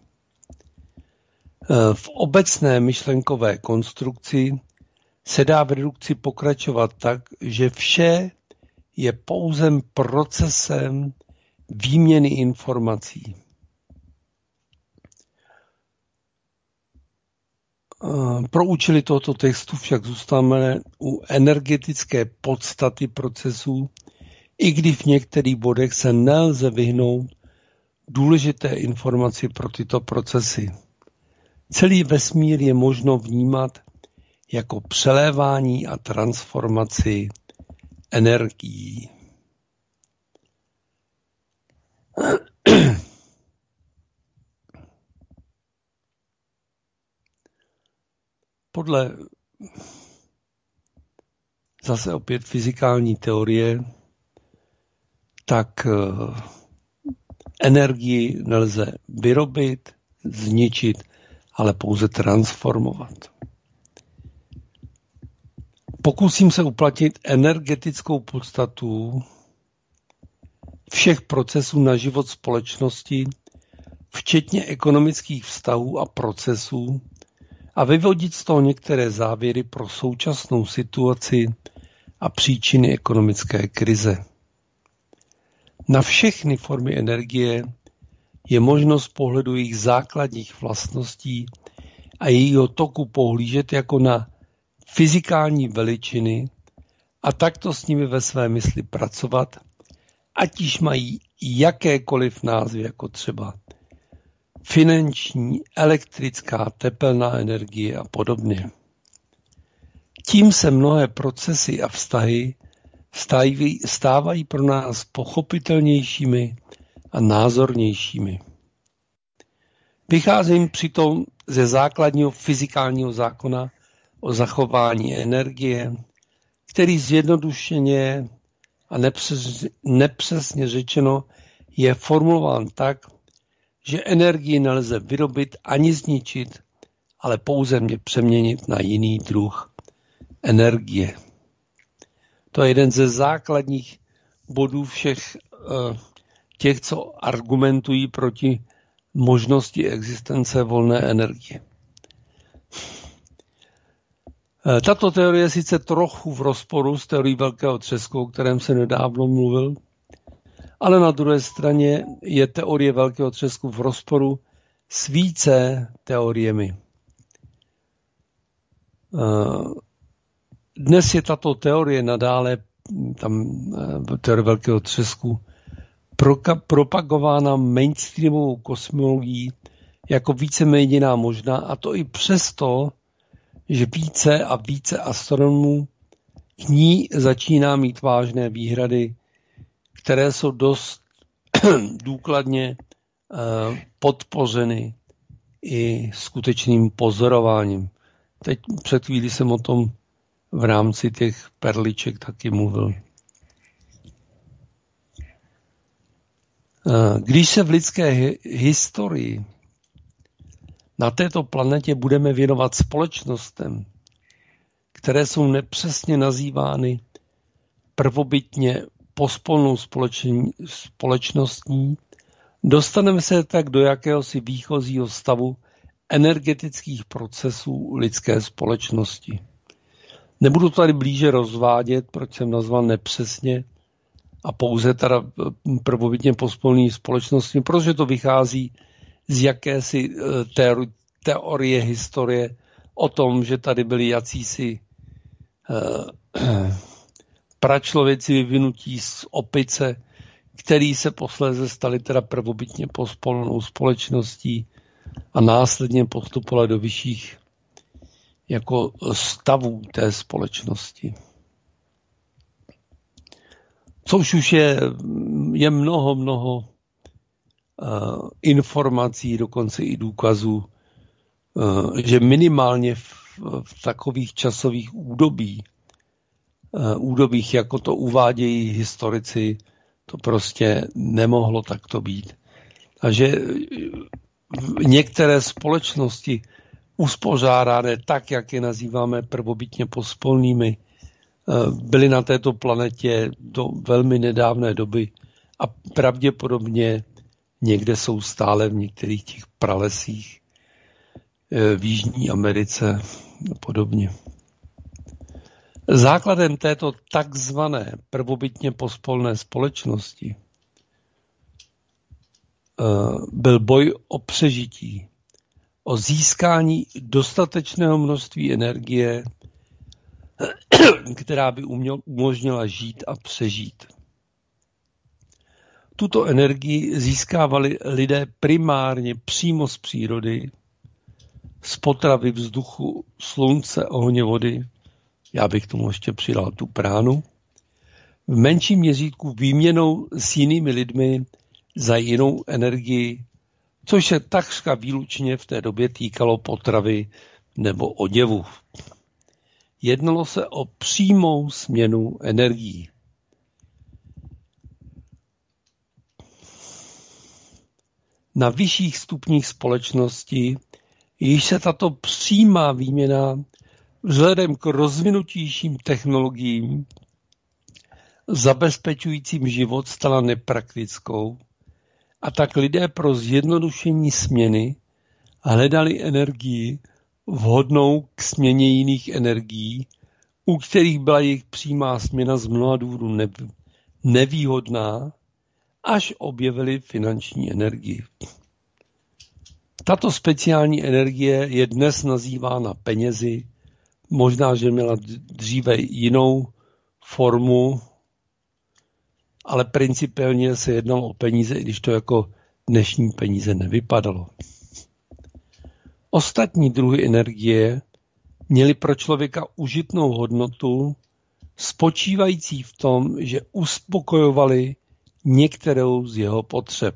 V obecné myšlenkové konstrukci se dá v redukci pokračovat tak, že vše je pouze procesem výměny informací. Pro účely tohoto textu však zůstáváme u energetické podstaty procesů, i když v některých bodech se nelze vyhnout důležité informaci pro tyto procesy. Celý vesmír je možno vnímat jako přelévání a transformaci energií. Podle zase opět fyzikální teorie, tak energii nelze vyrobit, zničit, ale pouze transformovat. Pokusím se uplatnit energetickou podstatu všech procesů na život společnosti, včetně ekonomických vztahů a procesů, a vyvodit z toho některé závěry pro současnou situaci a příčiny ekonomické krize. Na všechny formy energie je možno z pohledu jejich základních vlastností a jejího toku pohlížet jako na fyzikální veličiny a takto s nimi ve své mysli pracovat, ať již mají jakékoliv názvy, jako třeba finanční, elektrická, tepelná energie a podobně. Tím se mnohé procesy a vztahy stávají pro nás pochopitelnějšími a názornějšími. Vycházím přitom ze základního fyzikálního zákona o zachování energie, který zjednodušeně a nepřesně řečeno je formulován tak, že energii nelze vyrobit ani zničit, ale pouze přeměnit na jiný druh energie. To je jeden ze základních bodů všech těch, co argumentují proti možnosti existence volné energie. Tato teorie je sice trochu v rozporu s teorií velkého třesku, o kterém se nedávno mluvil, ale na druhé straně je teorie velkého třesku v rozporu s více teoriemi. Dnes je tato teorie nadále, teorie velkého třesku, propagována mainstreamovou kosmologií jako víceméně jediná možná, a to i přesto, že více a více astronomů k ní začíná mít vážné výhrady, které jsou dost důkladně podpořeny i skutečným pozorováním. Teď před chvílí jsem o tom v rámci těch perliček taky mluvil. Když se v lidské historii na této planetě budeme věnovat společnostem, které jsou nepřesně nazývány prvobytně pospolnou společností, dostaneme se tak do jakéhosi výchozího stavu energetických procesů lidské společnosti. Nebudu tady blíže rozvádět, proč jsem nazval nepřesně a pouze teda prvobytně pospolný společnosti, protože to vychází z jakési teorie historie o tom, že tady byli jacísi pračlověci vyvinutí z opice, který se posléze stali teda prvobytně pospolnou společností a následně postupovali do vyšších jako stavů té společnosti. Což už je mnoho informací, dokonce i důkazů, že minimálně v takových časových údobích, jako to uvádějí historici, to prostě nemohlo takto být. A že některé společnosti uspořádané tak, jak je nazýváme prvobytně pospolnými, byly na této planetě do velmi nedávné doby a pravděpodobně někde jsou stále v některých těch pralesích v Jižní Americe a podobně. Základem této takzvané prvobytně pospolné společnosti byl boj o přežití, o získání dostatečného množství energie, která by umožnila žít a přežít. Tuto energii získávali lidé primárně přímo z přírody, z potravy, vzduchu, slunce, ohně, vody. Já bych tomu ještě přidal tu pránu. V menším měřítku výměnou s jinými lidmi za jinou energii, což se takřka výlučně v té době týkalo potravy nebo oděvu. Jednalo se o přímou směnu energií. Na vyšších stupních společnosti již se tato přímá výměna vzhledem k rozvinutějším technologiím zabezpečujícím život stala nepraktickou a tak lidé pro zjednodušení směny hledali energii vhodnou k směně jiných energií, u kterých byla jejich přímá směna z mnoha důvodů nevýhodná, až objevili finanční energii. Tato speciální energie je dnes nazývána penězi, možná, že měla dříve jinou formu, ale principiálně se jednalo o peníze, i když to jako dnešní peníze nevypadalo. Ostatní druhy energie měly pro člověka užitnou hodnotu, spočívající v tom, že uspokojovaly některou z jeho potřeb.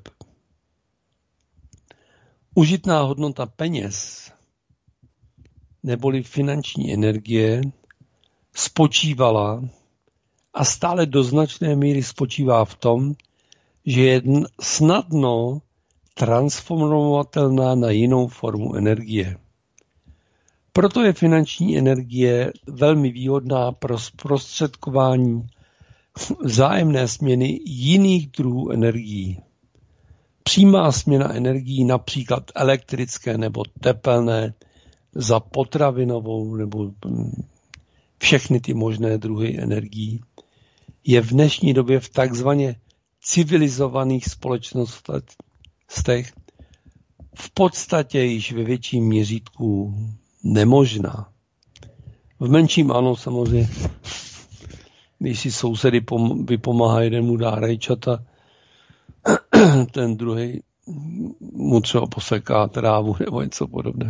Užitná hodnota peněz neboli finanční energie spočívala a stále do značné míry spočívá v tom, že je snadno transformovatelná na jinou formu energie. Proto je finanční energie velmi výhodná pro zprostředkování vzájemné směny jiných druhů energií. Přímá směna energií, například elektrické nebo tepelné, za potravinovou nebo všechny ty možné druhy energií, je v dnešní době v takzvaně civilizovaných společnostech v podstatě již ve větším měřítku nemožná. V menším ano, samozřejmě, když si sousedy vypomáhá, jeden mu dá rajčata, ten druhý mu třeba poseká trávu nebo něco podobného.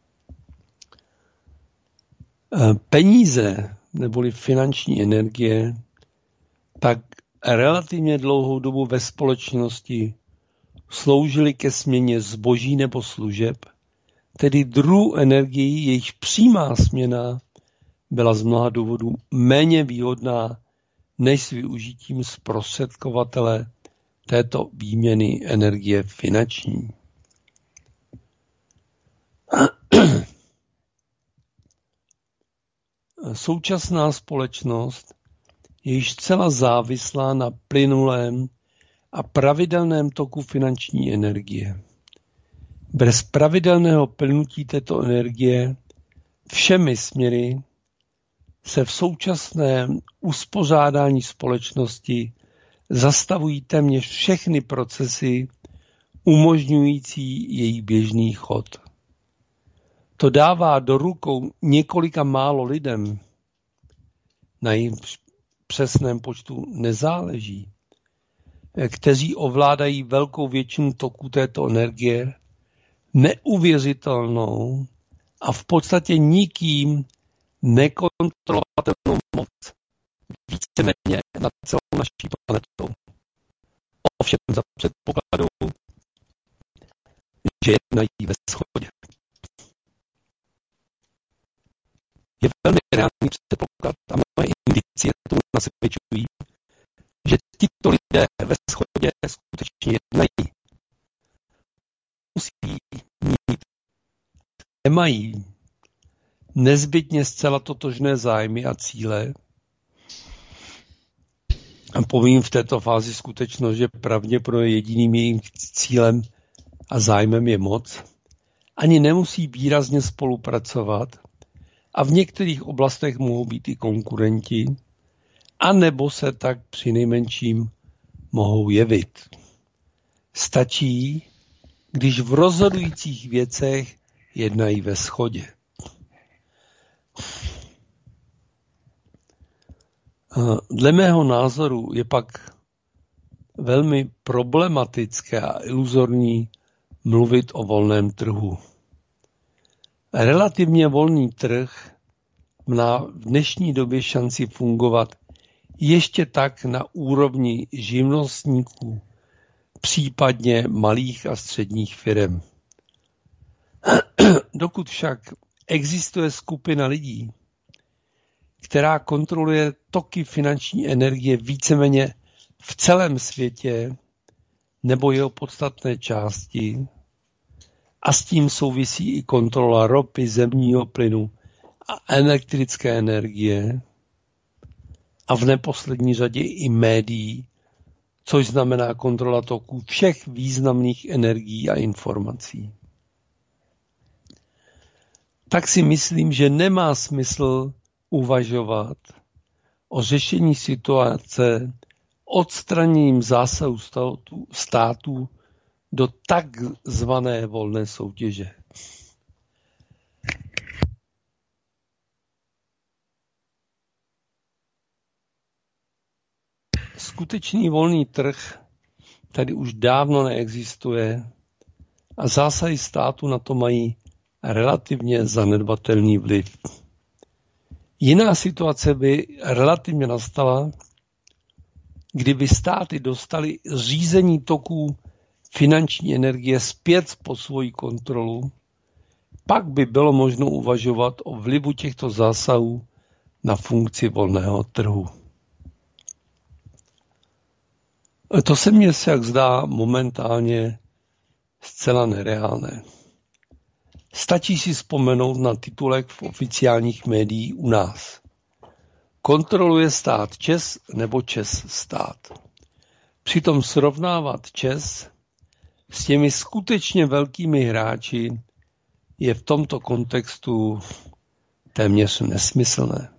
Peníze neboli finanční energie tak relativně dlouhou dobu ve společnosti sloužily ke směně zboží nebo služeb, tedy druhů energií, jejichž přímá směna byla z mnoha důvodů méně výhodná než s využitím zprostředkovatele této výměny energie finanční. Současná společnost je již zcela závislá na plynulém a pravidelném toku finanční energie. Bez pravidelného plynutí této energie všemi směry se v současném uspořádání společnosti zastavují téměř všechny procesy umožňující její běžný chod. To dává do rukou několika málo lidem, na jejím přesném počtu nezáleží, kteří ovládají velkou většinu toku této energie, neuvěřitelnou a v podstatě nikým nekontrolovatelnou moc víceméně nad celou naší planetou. Ovšem za předpokladu, že jednají ve shodě. Je velmi reálný předpoklad a mnohé indicie tomu nasvědčují, že tito lidé ve shodě skutečně jednají. Musí mít, nemají nezbytně zcela totožné zájmy a cíle. A povím v této fázi skutečnost, že pravděpodobně jediným jejím cílem a zájmem je moc. Ani nemusí výrazně spolupracovat a v některých oblastech mohou být i konkurenti, anebo se tak přinejmenším mohou jevit. Stačí, když v rozhodujících věcech jednají ve shodě. Dle mého názoru je pak velmi problematické a iluzorní mluvit o volném trhu. Relativně volný trh má v dnešní době šanci fungovat ještě tak na úrovni živnostníků, případně malých a středních firem. Dokud však existuje skupina lidí, která kontroluje toky finanční energie víceméně v celém světě nebo jeho podstatné části, a s tím souvisí i kontrola ropy, zemního plynu a elektrické energie a v neposlední řadě i médií, což znamená kontrola toků všech významných energií a informací. Tak si myslím, že nemá smysl uvažovat o řešení situace odstraněním zásahu států do takzvané volné soutěže. Skutečný volný trh tady už dávno neexistuje a zásahy státu na to mají relativně zanedbatelný vliv. Jiná situace by relativně nastala, kdyby státy dostaly řízení toků finanční energie zpět pod svoji kontrolu, pak by bylo možno uvažovat o vlivu těchto zásahů na funkci volného trhu. To se mně však zdá momentálně zcela nereálné. Stačí si vzpomenout na titulek v oficiálních médiích u nás. Kontroluje stát ČEZ nebo ČEZ stát. Přitom srovnávat ČEZ s těmi skutečně velkými hráči je v tomto kontextu téměř nesmyslné.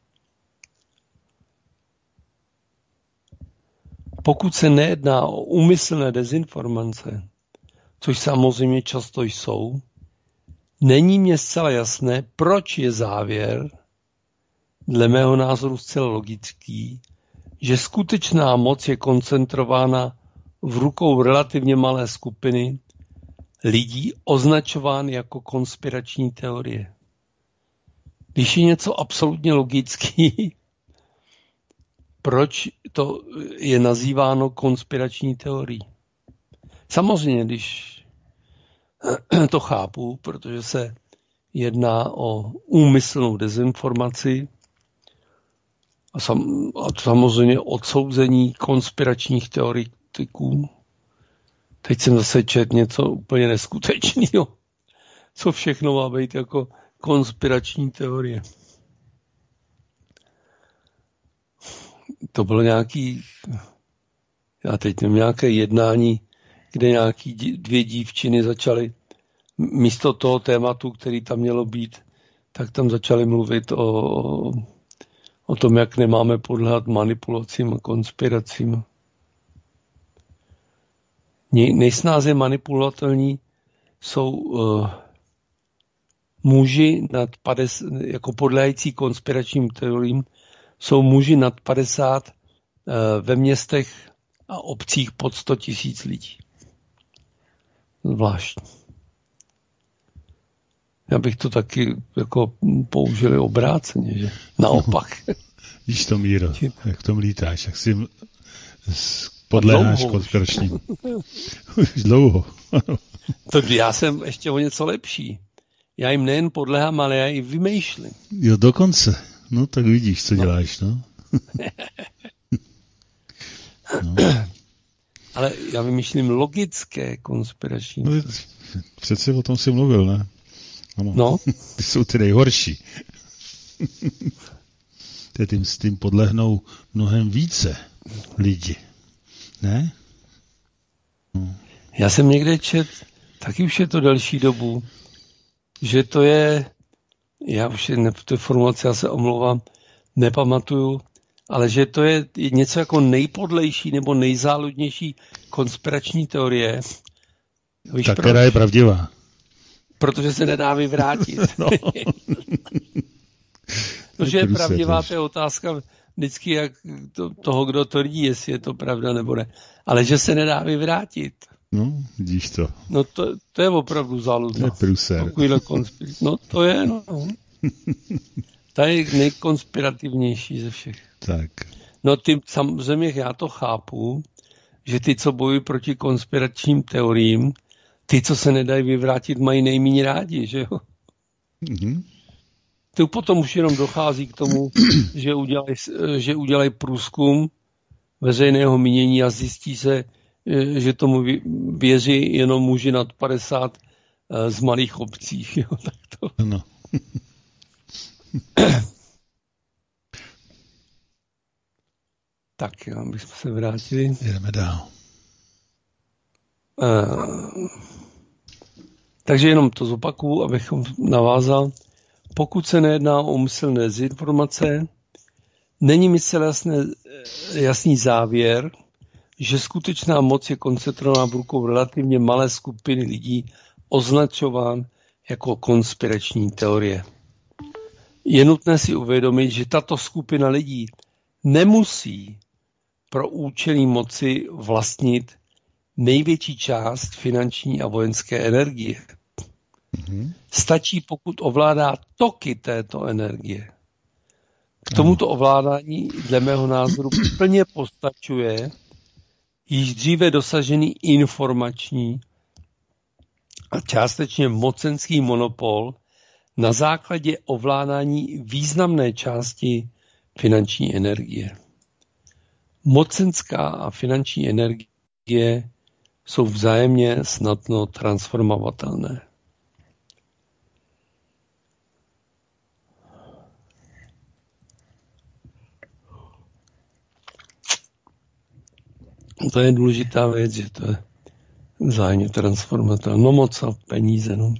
Pokud se nejedná o úmyslné dezinformace, což samozřejmě často jsou, není mně zcela jasné, proč je závěr, dle mého názoru zcela logický, že skutečná moc je koncentrována v rukou relativně malé skupiny lidí označován jako konspirační teorie. Když je něco absolutně logický, proč to je nazýváno konspirační teorií? Samozřejmě, když to chápu, protože se jedná o úmyslnou dezinformaci a samozřejmě odsouzení konspiračních teoretiků. Teď jsem zase četl něco úplně neskutečného, co všechno má být jako konspirační teorie. To bylo já teď nevím, nějaké jednání, kde nějaký dvě dívčiny začaly místo toho tématu, který tam mělo být, tak tam začaly mluvit o tom, jak nemáme podléhat manipulacím a konspiracím. Nejsnáze manipulovatelní jsou muži nad 50, jako podléhající konspiračním teoriím, jsou muži nad 50 ve městech a obcích pod 100 000 lidí. Zvláštní. Já bych to taky jako použili obráceně, že? Naopak. Víš to, Míro, jak tom lítáš, jak si podléháš konspiračním. Už dlouho. To já jsem ještě o něco lepší. Já jim nejen podléhám, ale já i vymýšlím. Jo, dokonce. No, tak vidíš, co děláš, no. No. Ale já vymýšlím logické konspirační. No, přece o tom jsi mluvil, ne? Ano. No. Ty jsou ty nejhorší. S tím podlehnou mnohem více lidi. Ne? No. Já jsem někde čet, taky už je to delší dobu, že to je, já už v té formulaci, já se omlouvám, nepamatuju, ale že to je něco jako nejpodlejší nebo nejzáludnější konspirační teorie. Víš, ta, která je pravdivá. Protože se nedá vyvrátit. No. To, že je pravdivá, to je otázka vždycky jak toho, kdo to tvrdí, jestli je to pravda nebo ne. Ale že se nedá vyvrátit. No, vidíš to. No to je opravdu záludné. To je průser. No to je, no. Ta je nejkonspirativnější ze všech. Tak. No ty samozřejmě já to chápu, že ty, co bojují proti konspiračním teoriím, ty, co se nedají vyvrátit, mají nejméně rádi, že jo? Mm-hmm. To potom už jenom dochází k tomu, že udělají průzkum veřejného mínění a zjistí se, že tomu věří jenom muži nad 50 z malých obcích. Jo? Tak to. Ano. Tak, bychom se vrátili. Jdeme dál. Takže jenom to zopakuju, abychom navázal. Pokud se nejedná o úmyslné dezinformace, není mi celé jasný závěr, že skutečná moc je koncentrovaná v rukou relativně malé skupiny lidí, označován jako konspirační teorie. Je nutné si uvědomit, že tato skupina lidí nemusí pro účely moci vlastnit největší část finanční a vojenské energie. Mm-hmm. Stačí, pokud ovládá toky této energie. K tomuto ovládání, dle mého názoru, plně postačuje již dříve dosažený informační a částečně mocenský monopol na základě ovládání významné části finanční energie. Mocenská a finanční energie jsou vzájemně snadno transformovatelné. To je důležitá věc, že to je vzájemně transformovatelné. No moc a peníze, no.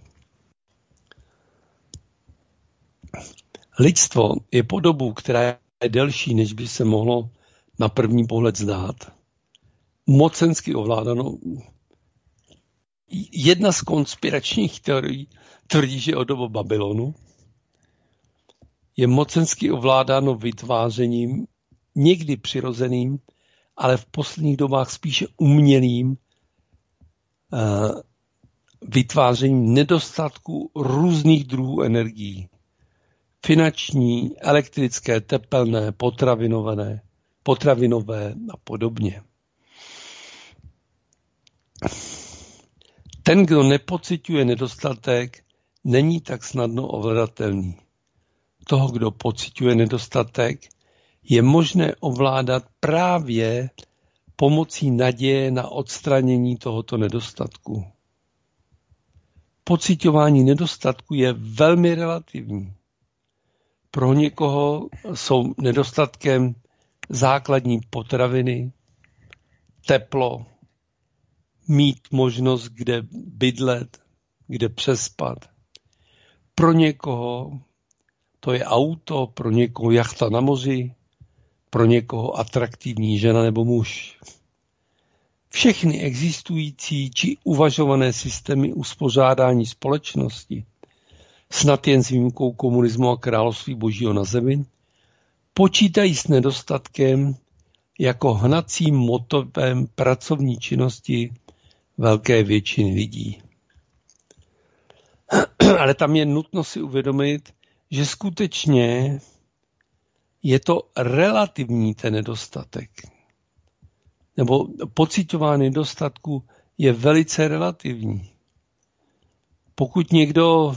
Lidstvo je po dobu, která je delší, než by se mohlo na první pohled zdát. Mocensky ovládáno. Jedna z konspiračních teorií tvrdí, že od doby Babylonu je mocensky ovládáno vytvářením, někdy přirozeným, ale v posledních dobách spíše umělým vytvářením nedostatku různých druhů energií. Finanční, elektrické, tepelné, potravinové a podobně. Ten, kdo nepociťuje nedostatek, není tak snadno ovladatelný. Toho, kdo pociťuje nedostatek, je možné ovládat právě pomocí naděje na odstranění tohoto nedostatku. Pociťování nedostatku je velmi relativní. Pro někoho jsou nedostatkem základní potraviny, teplo, mít možnost, kde bydlet, kde přespat. Pro někoho to je auto, pro někoho jachta na moři, pro někoho atraktivní žena nebo muž. Všechny existující či uvažované systémy uspořádání společnosti, snad jen s výjimkou komunismu a království božího na zemi, počítají s nedostatkem jako hnacím motorem pracovní činnosti velké většiny lidí. Ale tam je nutno si uvědomit, že skutečně je to relativní ten nedostatek. Nebo pociťování nedostatku je velice relativní. Pokud někdo,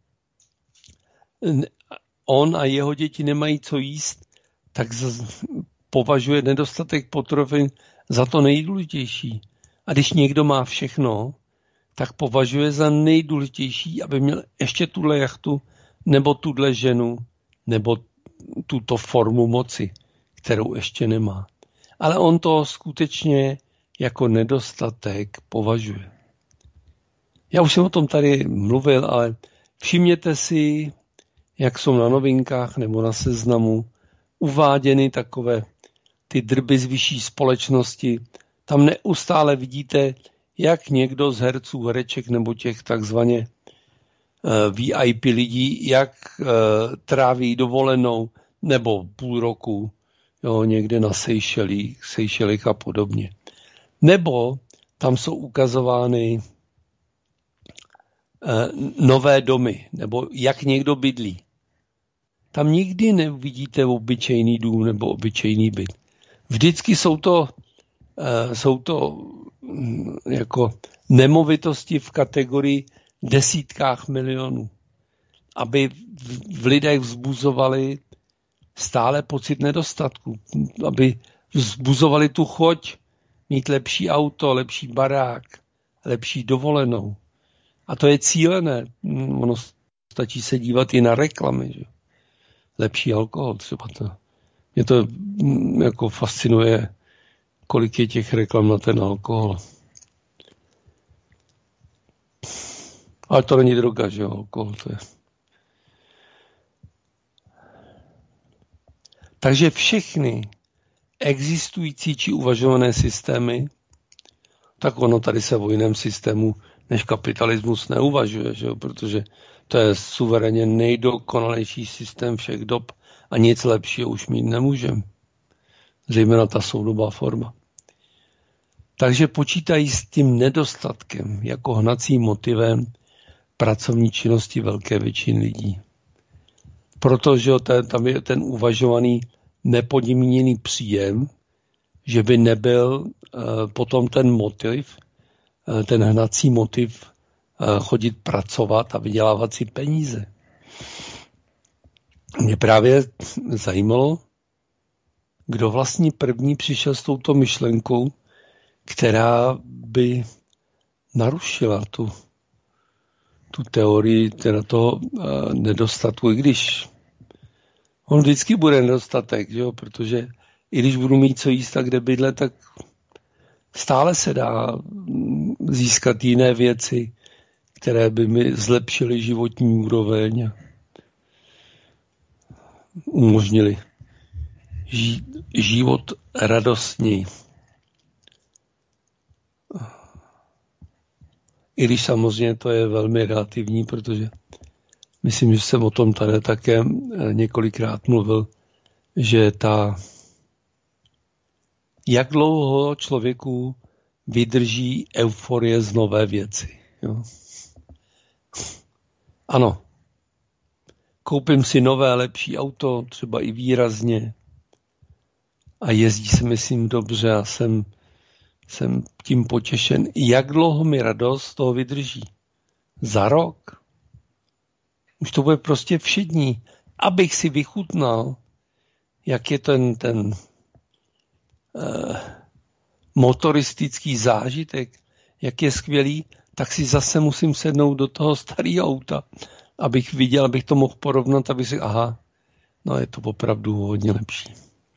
on a jeho děti nemají co jíst, tak považuje nedostatek potravin za to nejdůležitější. A když někdo má všechno, tak považuje za nejdůležitější, aby měl ještě tuhle jachtu, nebo tuhle ženu, nebo tuto formu moci, kterou ještě nemá. Ale on to skutečně jako nedostatek považuje. Já už jsem o tom tady mluvil, ale všimněte si, jak jsou na Novinkách nebo na Seznamu uváděny takové ty drby z vyšší společnosti. Tam neustále vidíte, jak někdo z herců, hereček nebo těch takzvaně VIP lidí, jak tráví dovolenou nebo půl roku někde na Seychelích a podobně. Nebo tam jsou ukazovány nové domy, nebo jak někdo bydlí. Tam nikdy nevidíte obyčejný dům nebo obyčejný byt. Vždycky jsou to jako nemovitosti v kategorii desítkách milionů, aby v lidech vzbuzovali stále pocit nedostatku, aby vzbuzovali tu choť, mít lepší auto, lepší barák, lepší dovolenou. A to je cílené. Ono stačí se dívat i na reklamy. Že? Lepší alkohol třeba to. Mě to jako fascinuje, kolik je těch reklam na ten alkohol. Ale to není droga, že jo, alkohol to je. Takže všechny existující či uvažované systémy, tak ono tady se o jiném systému než kapitalismus neuvažuje, že jo? Protože to je suverénně nejdokonalejší systém všech dob a nic lepšího už mít nemůžeme. Zejména ta soudobá forma. Takže počítají s tím nedostatkem jako hnacím motivem pracovní činnosti velké většiny lidí. Protože tam je ten uvažovaný nepodmíněný příjem, že by nebyl potom ten motiv, ten hnací motiv chodit pracovat a vydělávat si peníze. Mě právě zajímalo, kdo vlastně první přišel s touto myšlenkou, která by narušila tu teorii teda toho nedostatku, i když on vždycky bude nedostatek, že jo? Protože i když budu mít co jíst a kde bydlet, tak stále se dá získat jiné věci, které by mi zlepšily životní úroveň a umožnili žít život radostněji. I když samozřejmě to je velmi relativní, protože myslím, že jsem o tom tady také několikrát mluvil, že jak dlouho člověku vydrží euforie z nové věci. Jo? Ano, koupím si nové, lepší auto, třeba i výrazně, a jezdí se, myslím, dobře a jsem tím potěšen. Jak dlouho mi radost z toho vydrží? Za rok? Už to bude prostě všední. Abych si vychutnal, jak je ten motoristický zážitek, jak je skvělý, tak si zase musím sednout do toho starého auta, abych viděl, abych to mohl porovnat, abych si, no je to opravdu hodně lepší.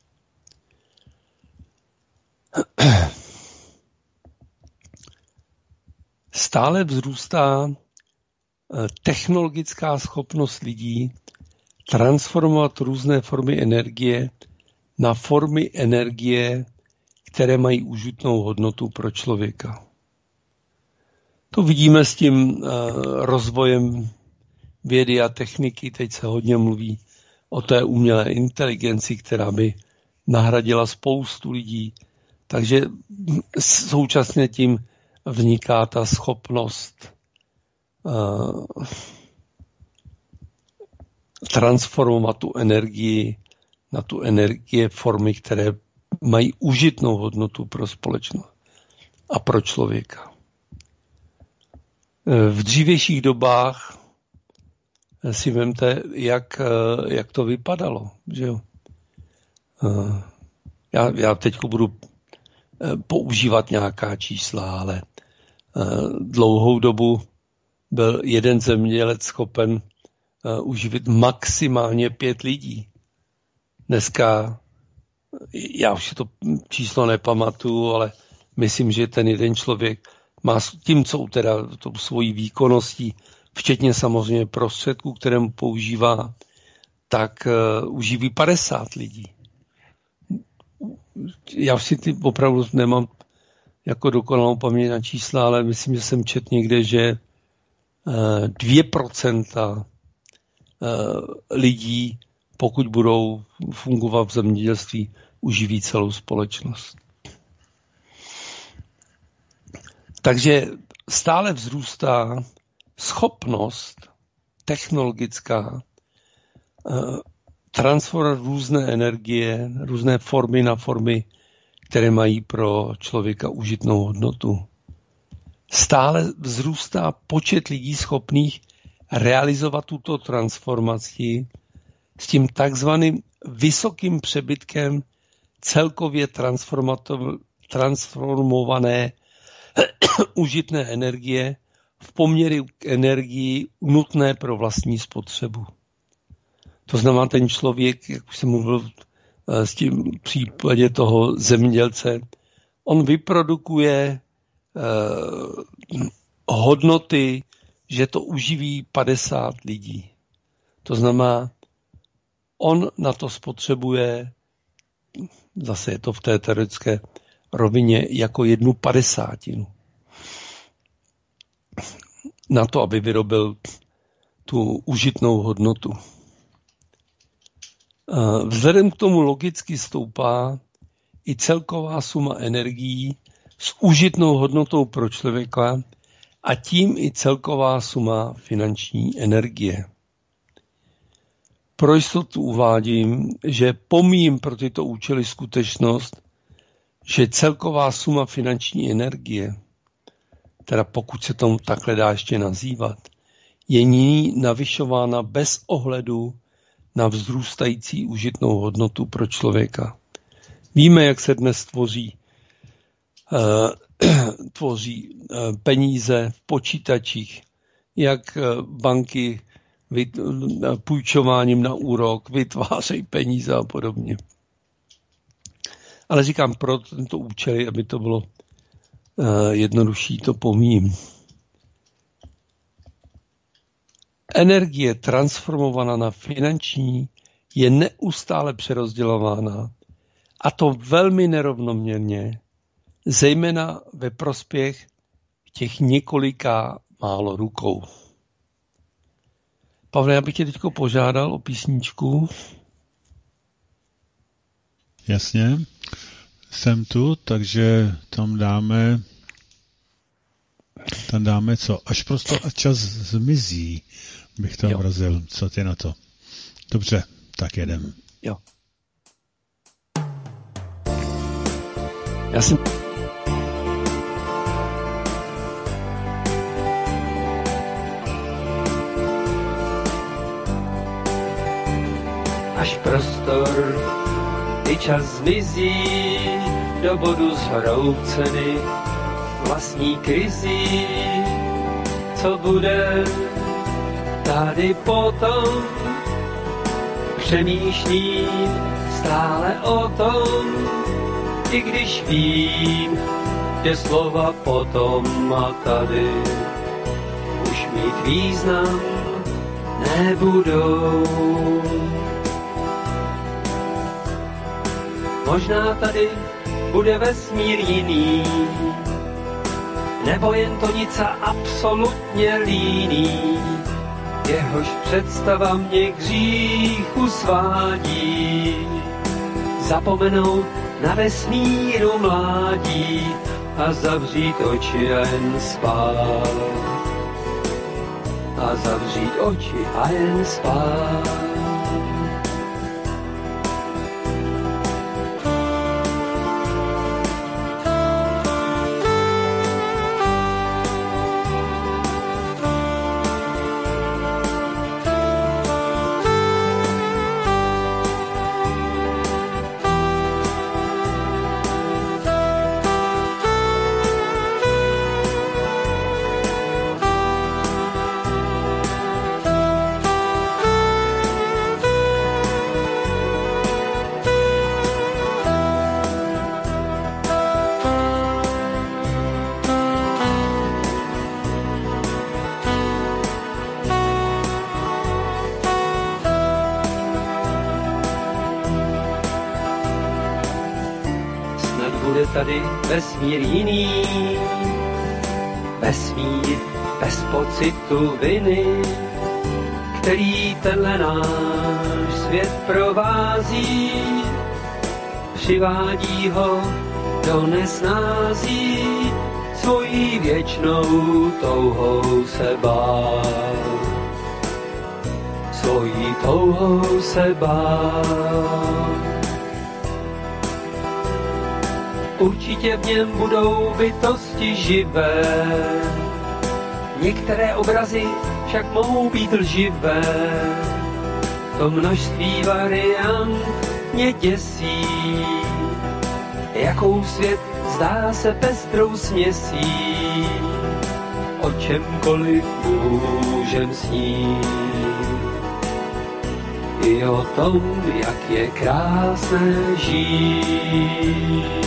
Stále vzrůstá technologická schopnost lidí transformovat různé formy energie na formy energie, které mají užitnou hodnotu pro člověka. To vidíme s tím rozvojem vědy a techniky. Teď se hodně mluví o té umělé inteligenci, která by nahradila spoustu lidí. Takže současně tím vzniká ta schopnost transformovat tu energii na tu energie formy, které mají užitnou hodnotu pro společnost a pro člověka. V dřívějších dobách si vemte, jak to vypadalo. Že jo? Já teď budu používat nějaká čísla, ale dlouhou dobu byl jeden zemědělec schopen uživit maximálně 5 lidí. Dneska, já už si to číslo nepamatuju, ale myslím, že ten jeden člověk má tím, co teda tou svojí výkonností, včetně samozřejmě prostředků, které mu používá, tak uživí 50 lidí. Já si opravdu nemám jako dokonalou paměť na čísla, ale myslím, že jsem četl někde, že 2% lidí, pokud budou fungovat v zemědělství, uživí celou společnost. Takže stále vzrůstá schopnost technologická transformovat různé energie, různé formy na formy, které mají pro člověka užitnou hodnotu. Stále vzrůstá počet lidí schopných realizovat tuto transformaci s tím takzvaným vysokým přebytkem celkově transformované užitné energie v poměru k energii nutné pro vlastní spotřebu. To znamená, ten člověk, jak už jsem mluvil s tím případě toho zemědělce, on vyprodukuje hodnoty, že to uživí 50 lidí. To znamená, on na to spotřebuje, zase je to v té teoretické rovině, jako 1/50. Na to, aby vyrobil tu užitnou hodnotu. Vzhledem k tomu logicky stoupá i celková suma energií s užitnou hodnotou pro člověka a tím i celková suma finanční energie. Pro jistotu uvádím, že pomíjím pro tyto účely skutečnost, že celková suma finanční energie, teda pokud se tomu takhle dá ještě nazývat, je nyní navyšována bez ohledu na vzrůstající užitnou hodnotu pro člověka. Víme, jak se dnes tvoří peníze v počítačích, jak banky půjčováním na úrok vytvářejí peníze a podobně. Ale říkám, pro tento účel, aby to bylo jednodušší, to pomíjím. Energie transformovaná na finanční je neustále přerozdělována, a to velmi nerovnoměrně, zejména ve prospěch těch několika málo rukou. Pavle, já bych tě teď požádal o písničku. Jasně, jsem tu, takže tam dáme co? Až prostor a čas zmizí, bych tam vrazil. Co ty na to? Dobře, tak jedem. Jo. Já jsem... Až prostor i čas zmizí do bodu zhrouceny vlastní krizí, co bude tady potom, přemýšlím stále o tom, i když vím, že slova potom a tady už mít význam nebudou. Možná tady bude vesmír jiný, nebo jen to nic a absolutně líný, jehož představa mě k hříchu svádí. Zapomenout na vesmíru mládí a zavřít oči a jen spát. A zavřít oči a jen spát. Tady vesmír jiný, vesmír bez pocitu viny, který tenhle náš svět provází, přivádí ho do nesnází, svojí věčnou touhou se bát, svojí touhou se bát. Určitě v něm budou bytosti živé, některé obrazy však mohou být lživé. To množství variant mě děsí, jakou svět zdá se pestrou směsí. O čemkoliv můžem snít, i o tom, jak je krásné žít.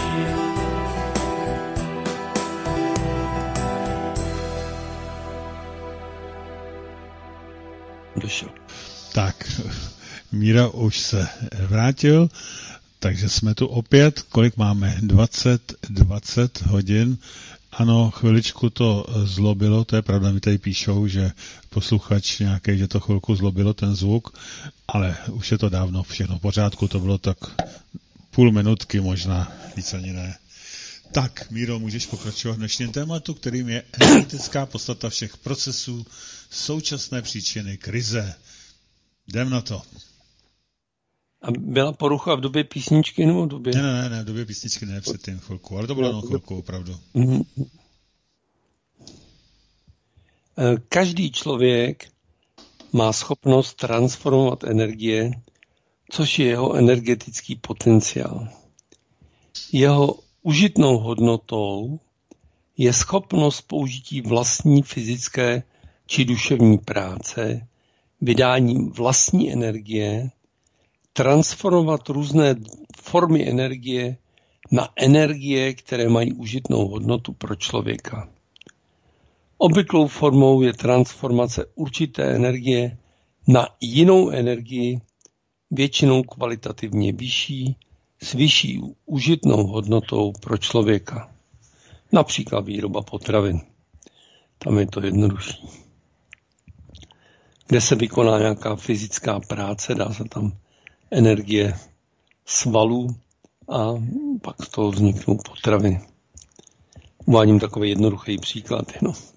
Tak, Míra už se vrátil, takže jsme tu opět. Kolik máme? 20 hodin. Ano, chviličku to zlobilo, to je pravda, mi tady píšou, že posluchač nějaký, že to chvilku zlobilo ten zvuk, ale už je to dávno všechno v pořádku, to bylo tak půl minutky možná, víc ani ne. Tak, Míro, můžeš pokračovat v dnešním tématu, kterým je energetická podstata všech procesů, současné příčiny krize. Jdem na to. A byla porucha v době písničky nebo v době? Ne, v době písničky ne, předtím chvilku, ale to bylo jenom chvilku, opravdu. Každý člověk má schopnost transformovat energie, což je jeho energetický potenciál. Jeho užitnou hodnotou je schopnost použití vlastní fyzické či duševní práce, vydáním vlastní energie, transformovat různé formy energie na energie, které mají užitnou hodnotu pro člověka. Obvyklou formou je transformace určité energie na jinou energii, většinou kvalitativně vyšší, s vyšší užitnou hodnotou pro člověka. Například výroba potravin. Tam je to jednodušší. Kde se vykoná nějaká fyzická práce, dá se tam energie svalů a pak z toho vzniknou potraviny. Uvádím takový jednoduchý příklad.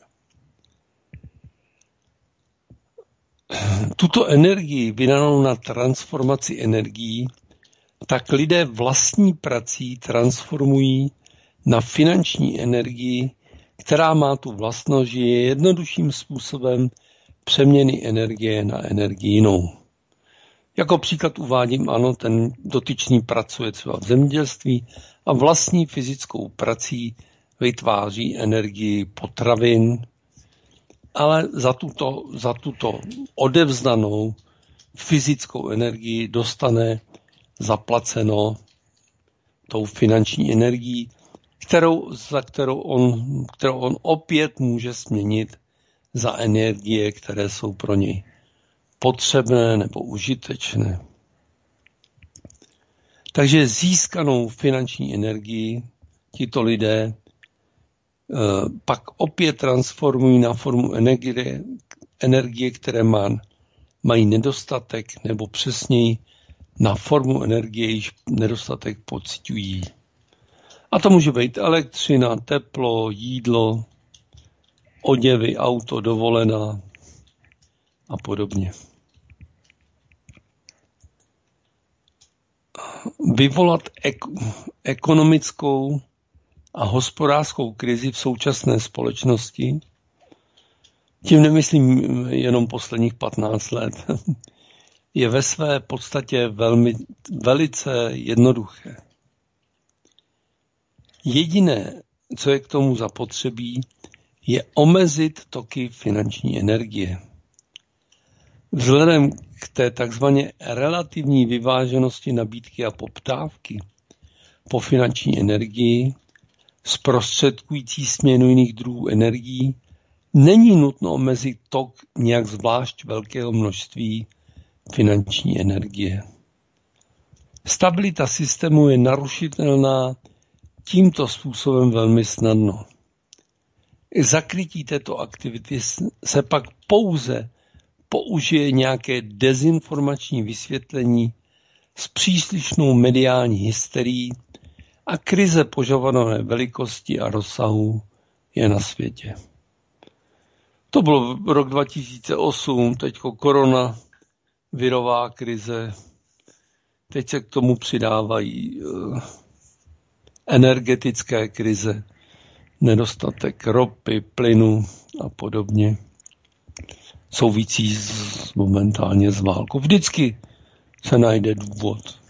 Tuto energii vydanou na transformaci energií, tak lidé vlastní prací transformují na finanční energii, která má tu vlastnost, že je jednodušším způsobem přeměny energie na energii jinou. Jako příklad uvádím, ano, ten dotyčný pracuje třeba v zemědělství a vlastní fyzickou prací vytváří energii potravin, ale za tuto odevzdanou fyzickou energii dostane zaplaceno tou finanční energií, kterou on opět může směnit za energie, které jsou pro něj potřebné nebo užitečné. Takže získanou finanční energii tito lidé pak opět transformují na formu energie, které mají nedostatek, nebo přesněji na formu energie, již nedostatek pociťují. A to může být elektřina, teplo, jídlo, oděvy, auto, dovolená a podobně. Vyvolat ekonomickou a hospodářskou krizi v současné společnosti, tím nemyslím jenom posledních 15 let, je ve své podstatě velice jednoduché. Jediné, co je k tomu zapotřebí, je omezit toky finanční energie. Vzhledem k té takzvané relativní vyváženosti nabídky a poptávky po finanční energii, zprostředkující směnu jiných druhů energií, není nutno omezit tok nějak zvlášť velkého množství finanční energie. Stabilita systému je narušitelná tímto způsobem velmi snadno. K zakrytí této aktivity se pak pouze použije nějaké dezinformační vysvětlení s příslušnou mediální hysterií a krize požadované velikosti a rozsahu je na světě. To bylo rok 2008, teďko koronavirová krize, teď se k tomu přidávají energetické krize, nedostatek ropy, plynu a podobně, souvisí momentálně s válkou. Vždycky se najde důvod.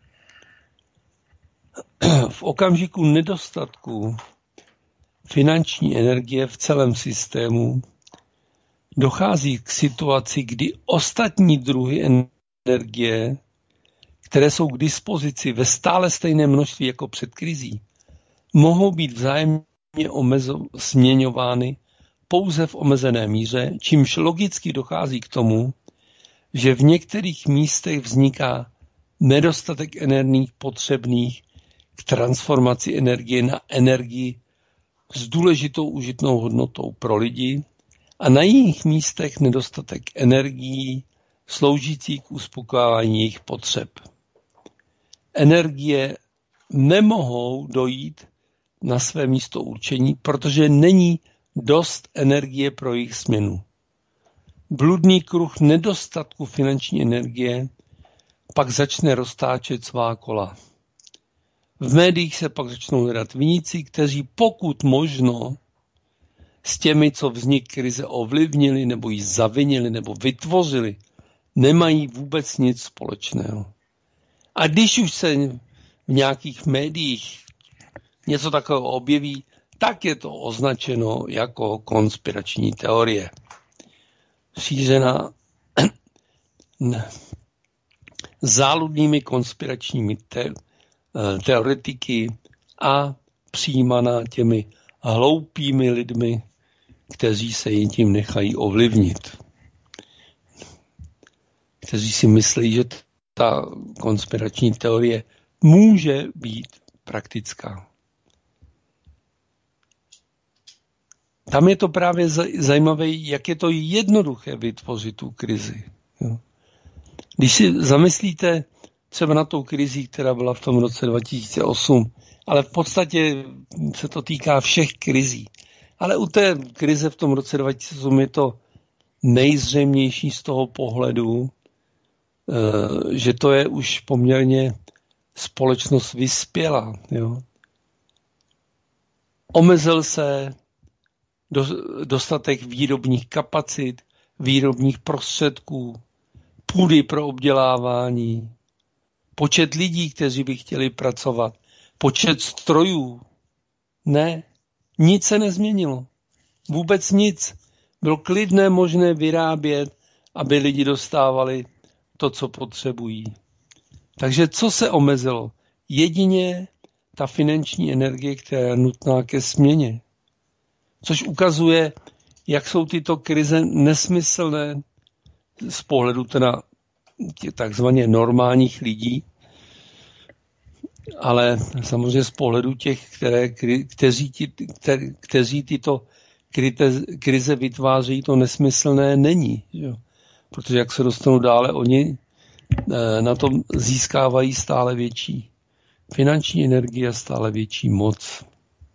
V okamžiku nedostatku finanční energie v celém systému dochází k situaci, kdy ostatní druhy energie, které jsou k dispozici ve stále stejném množství jako před krizí, mohou být vzájemně směňovány pouze v omezené míře, čímž logicky dochází k tomu, že v některých místech vzniká nedostatek energií potřebných k transformaci energie na energii s důležitou užitnou hodnotou pro lidi a na jiných místech nedostatek energií sloužící k uspokojování jejich potřeb. Energie nemohou dojít na své místo určení, protože není dost energie pro jejich směnu. Bludný kruh nedostatku finanční energie pak začne roztáčet svá kola. V médiích se pak začnou hledat viníci, kteří pokud možno s těmi, co vznik krize ovlivnili, nebo ji zavinili, nebo vytvořili, nemají vůbec nic společného. A když už se v nějakých médiích něco takového objeví, tak je to označeno jako konspirační teorie. Šířená záludnými konspiračními teoretiky a přijímaná těmi hloupými lidmi, kteří se jim tím nechají ovlivnit. Kteří si myslí, že ta konspirační teorie může být praktická. Tam je to právě zajímavé, jak je to jednoduché vytvořit tu krizi. Když si zamyslíte třeba na tou krizi, která byla v tom roce 2008, ale v podstatě se to týká všech krizí. Ale u té krize v tom roce 2008 je to nejzřejmější z toho pohledu, že to je už poměrně společnost vyspělá. Jo. Omezil se dostatek výrobních kapacit, výrobních prostředků, půdy pro obdělávání, počet lidí, kteří by chtěli pracovat, počet strojů. Ne, nic se nezměnilo. Vůbec nic. Bylo klidné možné vyrábět, aby lidi dostávali to, co potřebují. Takže co se omezilo? Jedině ta finanční energie, která je nutná ke směně. Což ukazuje, jak jsou tyto krize nesmyslné z pohledu teda těch takzvaně normálních lidí, ale samozřejmě z pohledu těch, kteří tyto krize vytváří, to nesmyslné není. Jo? Protože jak se dostanou dále, oni na tom získávají stále větší finanční energie a stále větší moc.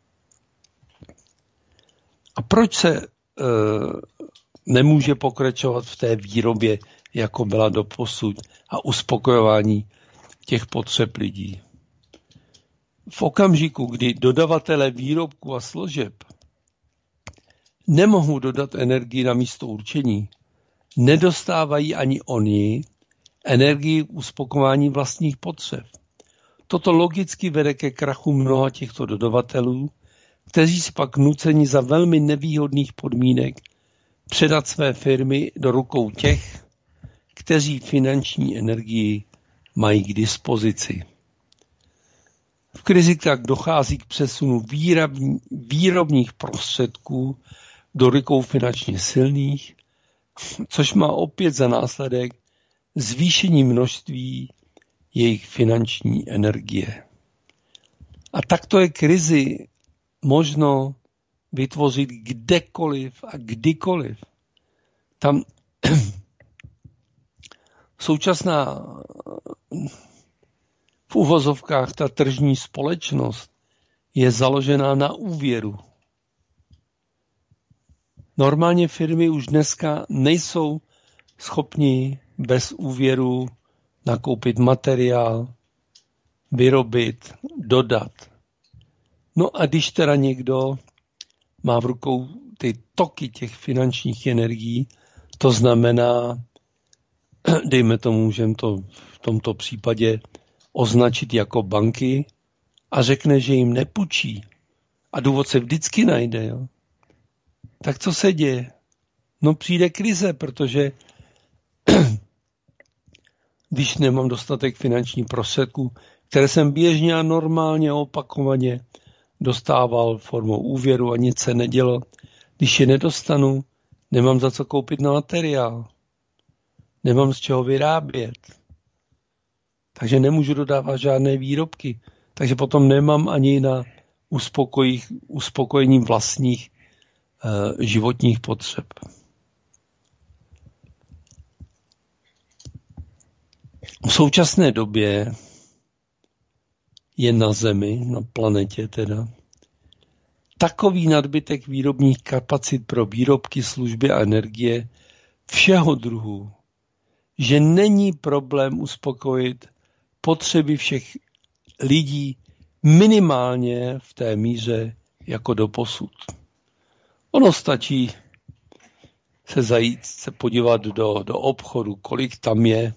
A proč se nemůže pokračovat v té výrobě, jako byla doposud, a uspokojování těch potřeb lidí? V okamžiku, kdy dodavatelé výrobků a služeb nemohou dodat energii na místo určení, nedostávají ani oni energii k uspokojování vlastních potřeb. Toto logicky vede ke krachu mnoha těchto dodavatelů, kteří si pak nuceni za velmi nevýhodných podmínek předat své firmy do rukou těch, kteří finanční energii mají k dispozici. V krizi tak dochází k přesunu výrobních prostředků do rukou finančně silných, což má opět za následek zvýšení množství jejich finanční energie. A takto je krizi možno vytvořit kdekoliv a kdykoliv. Tam současná v uvozovkách ta tržní společnost je založená na úvěru. Normálně firmy už dneska nejsou schopni bez úvěru nakoupit materiál, vyrobit, dodat. No a když teda někdo má v rukou ty toky těch finančních energií, to znamená, dejme tomu, můžeme to v tomto případě označit jako banky a řekne, že jim nepůjčí. A důvod se vždycky najde. Jo? Tak co se děje? No přijde krize, protože když nemám dostatek finančních prostředků, které jsem běžně a normálně opakovaně dostával formou úvěru a nic se nedělo, když je nedostanu, nemám za co koupit na materiál. Nemám z čeho vyrábět. Takže nemůžu dodávat žádné výrobky. Takže potom nemám ani na uspokojení vlastních životních potřeb. V současné době je na Zemi, na planetě teda, takový nadbytek výrobních kapacit pro výrobky, služby a energie všeho druhu, že není problém uspokojit potřeby všech lidí minimálně v té míře jako doposud. Ono stačí se podívat do obchodu, kolik tam je,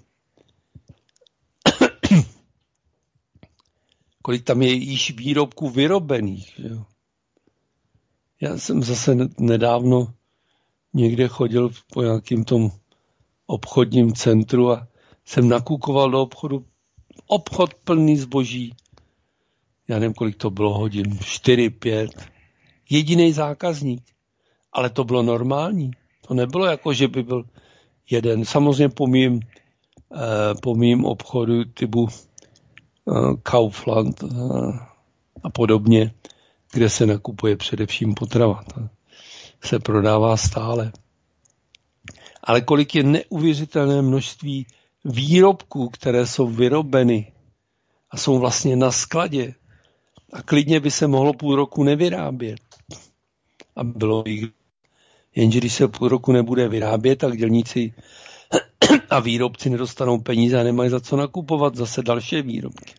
kolik tam je již výrobků vyrobených. Že? Já jsem zase nedávno někde chodil po nějakým tom obchodním centru a jsem nakukoval do obchodu. Obchod plný zboží. Já nevím, kolik to bylo hodin. 4, 5. Jediný zákazník. Ale to bylo normální. To nebylo jako, že by byl jeden. Samozřejmě pomím obchodu typu Kaufland a podobně, kde se nakupuje především potrava. To se prodává stále. Ale kolik je neuvěřitelné množství výrobků, které jsou vyrobeny a jsou vlastně na skladě a klidně by se mohlo půl roku nevyrábět. A bylo jich. Jenže když se půl roku nebude vyrábět, tak dělníci a výrobci nedostanou peníze a nemají za co nakupovat zase další výrobky.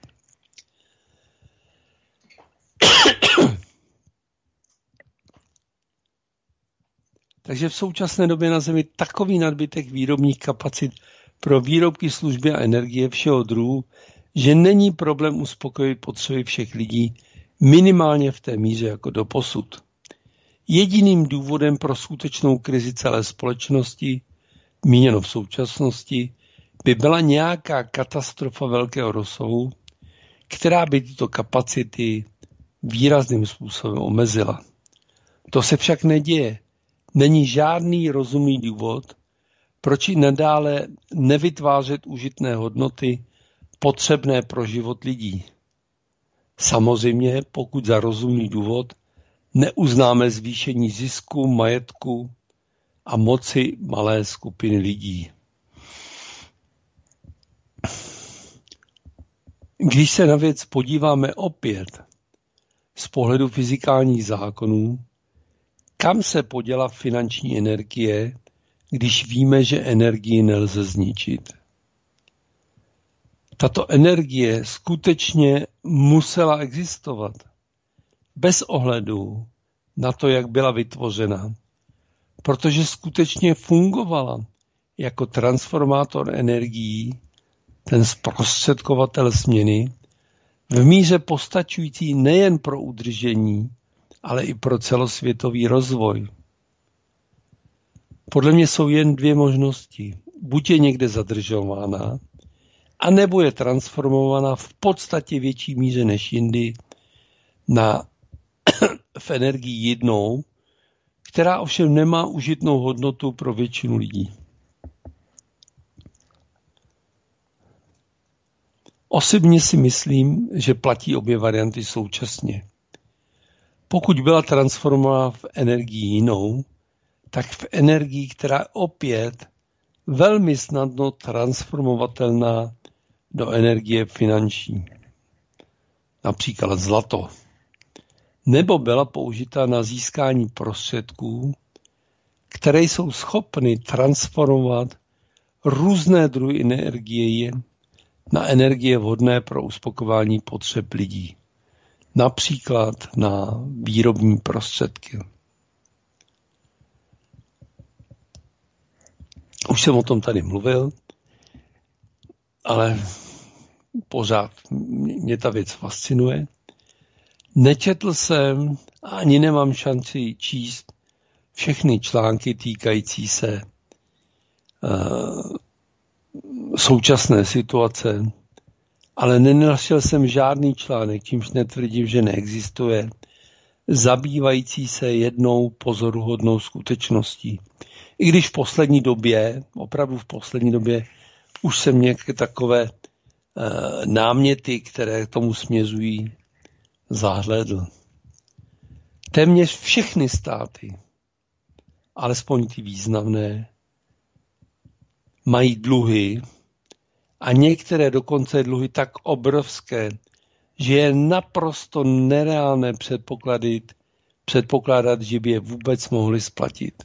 Takže v současné době na Zemi takový nadbytek výrobních kapacit pro výrobky, služby a energie všeho druhu, že není problém uspokojit potřeby všech lidí minimálně v té míře jako doposud. Jediným důvodem pro skutečnou krizi celé společnosti, míněno v současnosti, by byla nějaká katastrofa velkého rozsahu, která by tyto kapacity výrazným způsobem omezila. To se však neděje. Není žádný rozumný důvod, proč i nadále nevytvářet užitné hodnoty potřebné pro život lidí. Samozřejmě, pokud za rozumný důvod neuznáme zvýšení zisku, majetku a moci malé skupiny lidí. Když se na věc podíváme opět z pohledu fyzikálních zákonů, kam se poděla finanční energie, když víme, že energii nelze zničit? Tato energie skutečně musela existovat. Bez ohledu na to, jak byla vytvořena, protože skutečně fungovala jako transformátor energií, ten zprostředkovatel změny, v míře postačující nejen pro udržení, ale i pro celosvětový rozvoj. Podle mě jsou jen dvě možnosti. Buď je někde zadržována, anebo je transformovaná v podstatě větší míře než jindy v energii jednou, která ovšem nemá užitnou hodnotu pro většinu lidí. Osobně si myslím, že platí obě varianty současně. Pokud byla transformována v energii jinou, tak v energii, která je opět velmi snadno transformovatelná do energie finanční. Například zlato. Nebo byla použita na získání prostředků, které jsou schopny transformovat různé druhy energie na energie vhodné pro uspokojení potřeb lidí. Například na výrobní prostředky. Už jsem o tom tady mluvil, ale pořád mě ta věc fascinuje. Nečetl jsem a ani nemám šanci číst všechny články týkající se současné situace, ale nenašel jsem žádný článek, čímž netvrdím, že neexistuje, zabývající se jednou pozoruhodnou skutečností. I když v poslední době, opravdu v poslední době, už jsem některé takové náměty, které k tomu směřují, zahlédl. Téměř všechny státy, alespoň ty významné, mají dluhy a některé dokonce dluhy tak obrovské, že je naprosto nereálné předpokládat, že by je vůbec mohli splatit.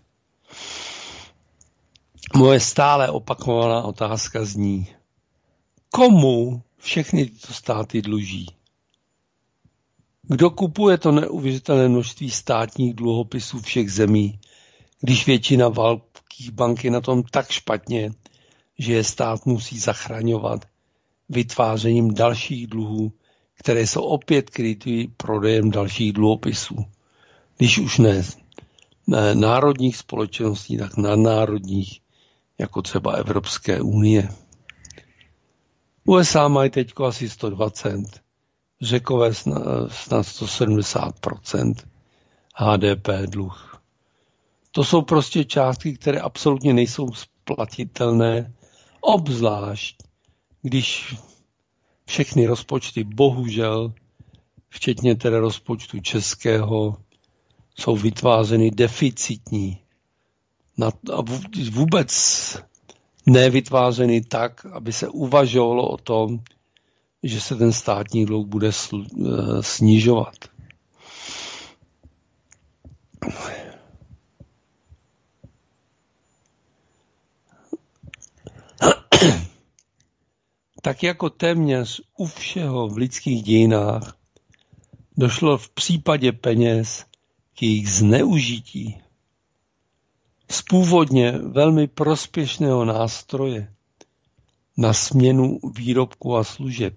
Moje stále opakovaná otázka zní, komu všechny tyto státy dluží? Kdo kupuje to neuvěřitelné množství státních dluhopisů všech zemí, když většina velkých bank je na tom tak špatně, že je stát musí zachraňovat vytvářením dalších dluhů, které jsou opět kryty prodejem dalších dluhopisů. Když už ne národních společností, tak nadnárodních, jako třeba Evropské unie. USA mají teď asi 120%, Řekové snad 170% HDP dluh. To jsou prostě částky, které absolutně nejsou splatitelné, obzvlášť, když všechny rozpočty, bohužel, včetně tedy rozpočtu českého, jsou vytvářeny deficitní. A vůbec nevytvářeny tak, aby se uvažovalo o tom, že se ten státní dluh bude snižovat. Tak jako téměř u všeho v lidských dějinách došlo v případě peněz k jejich zneužití z původně velmi prospěšného nástroje na směnu výrobků a služeb.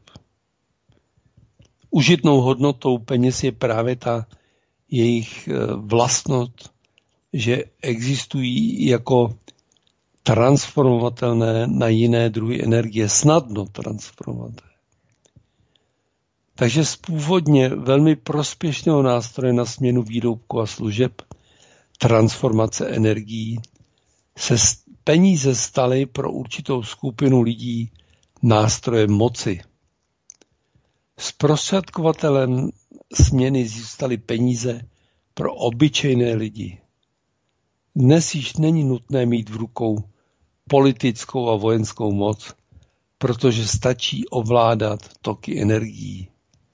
Užitnou hodnotou peněz je právě ta jejich vlastnost, že existují jako transformovatelné na jiné druhy energie, snadno transformovatelné. Takže z původně velmi prospěšného nástroje na směnu výrobků a služeb, transformace energií, se peníze staly pro určitou skupinu lidí nástrojem moci. Zprostředkovatelem směny zůstaly peníze pro obyčejné lidi. Dnes již není nutné mít v rukou politickou a vojenskou moc, protože stačí ovládat toky energií.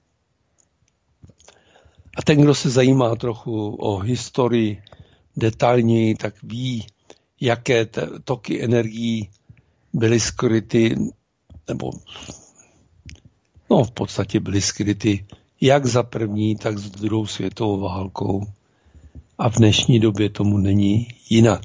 A ten, kdo se zajímá trochu o historii detailněji, tak ví, jaké toky energií byly skryty, nebo v podstatě byly skryty jak za první, tak za druhou světovou válkou. A v dnešní době tomu není jinak.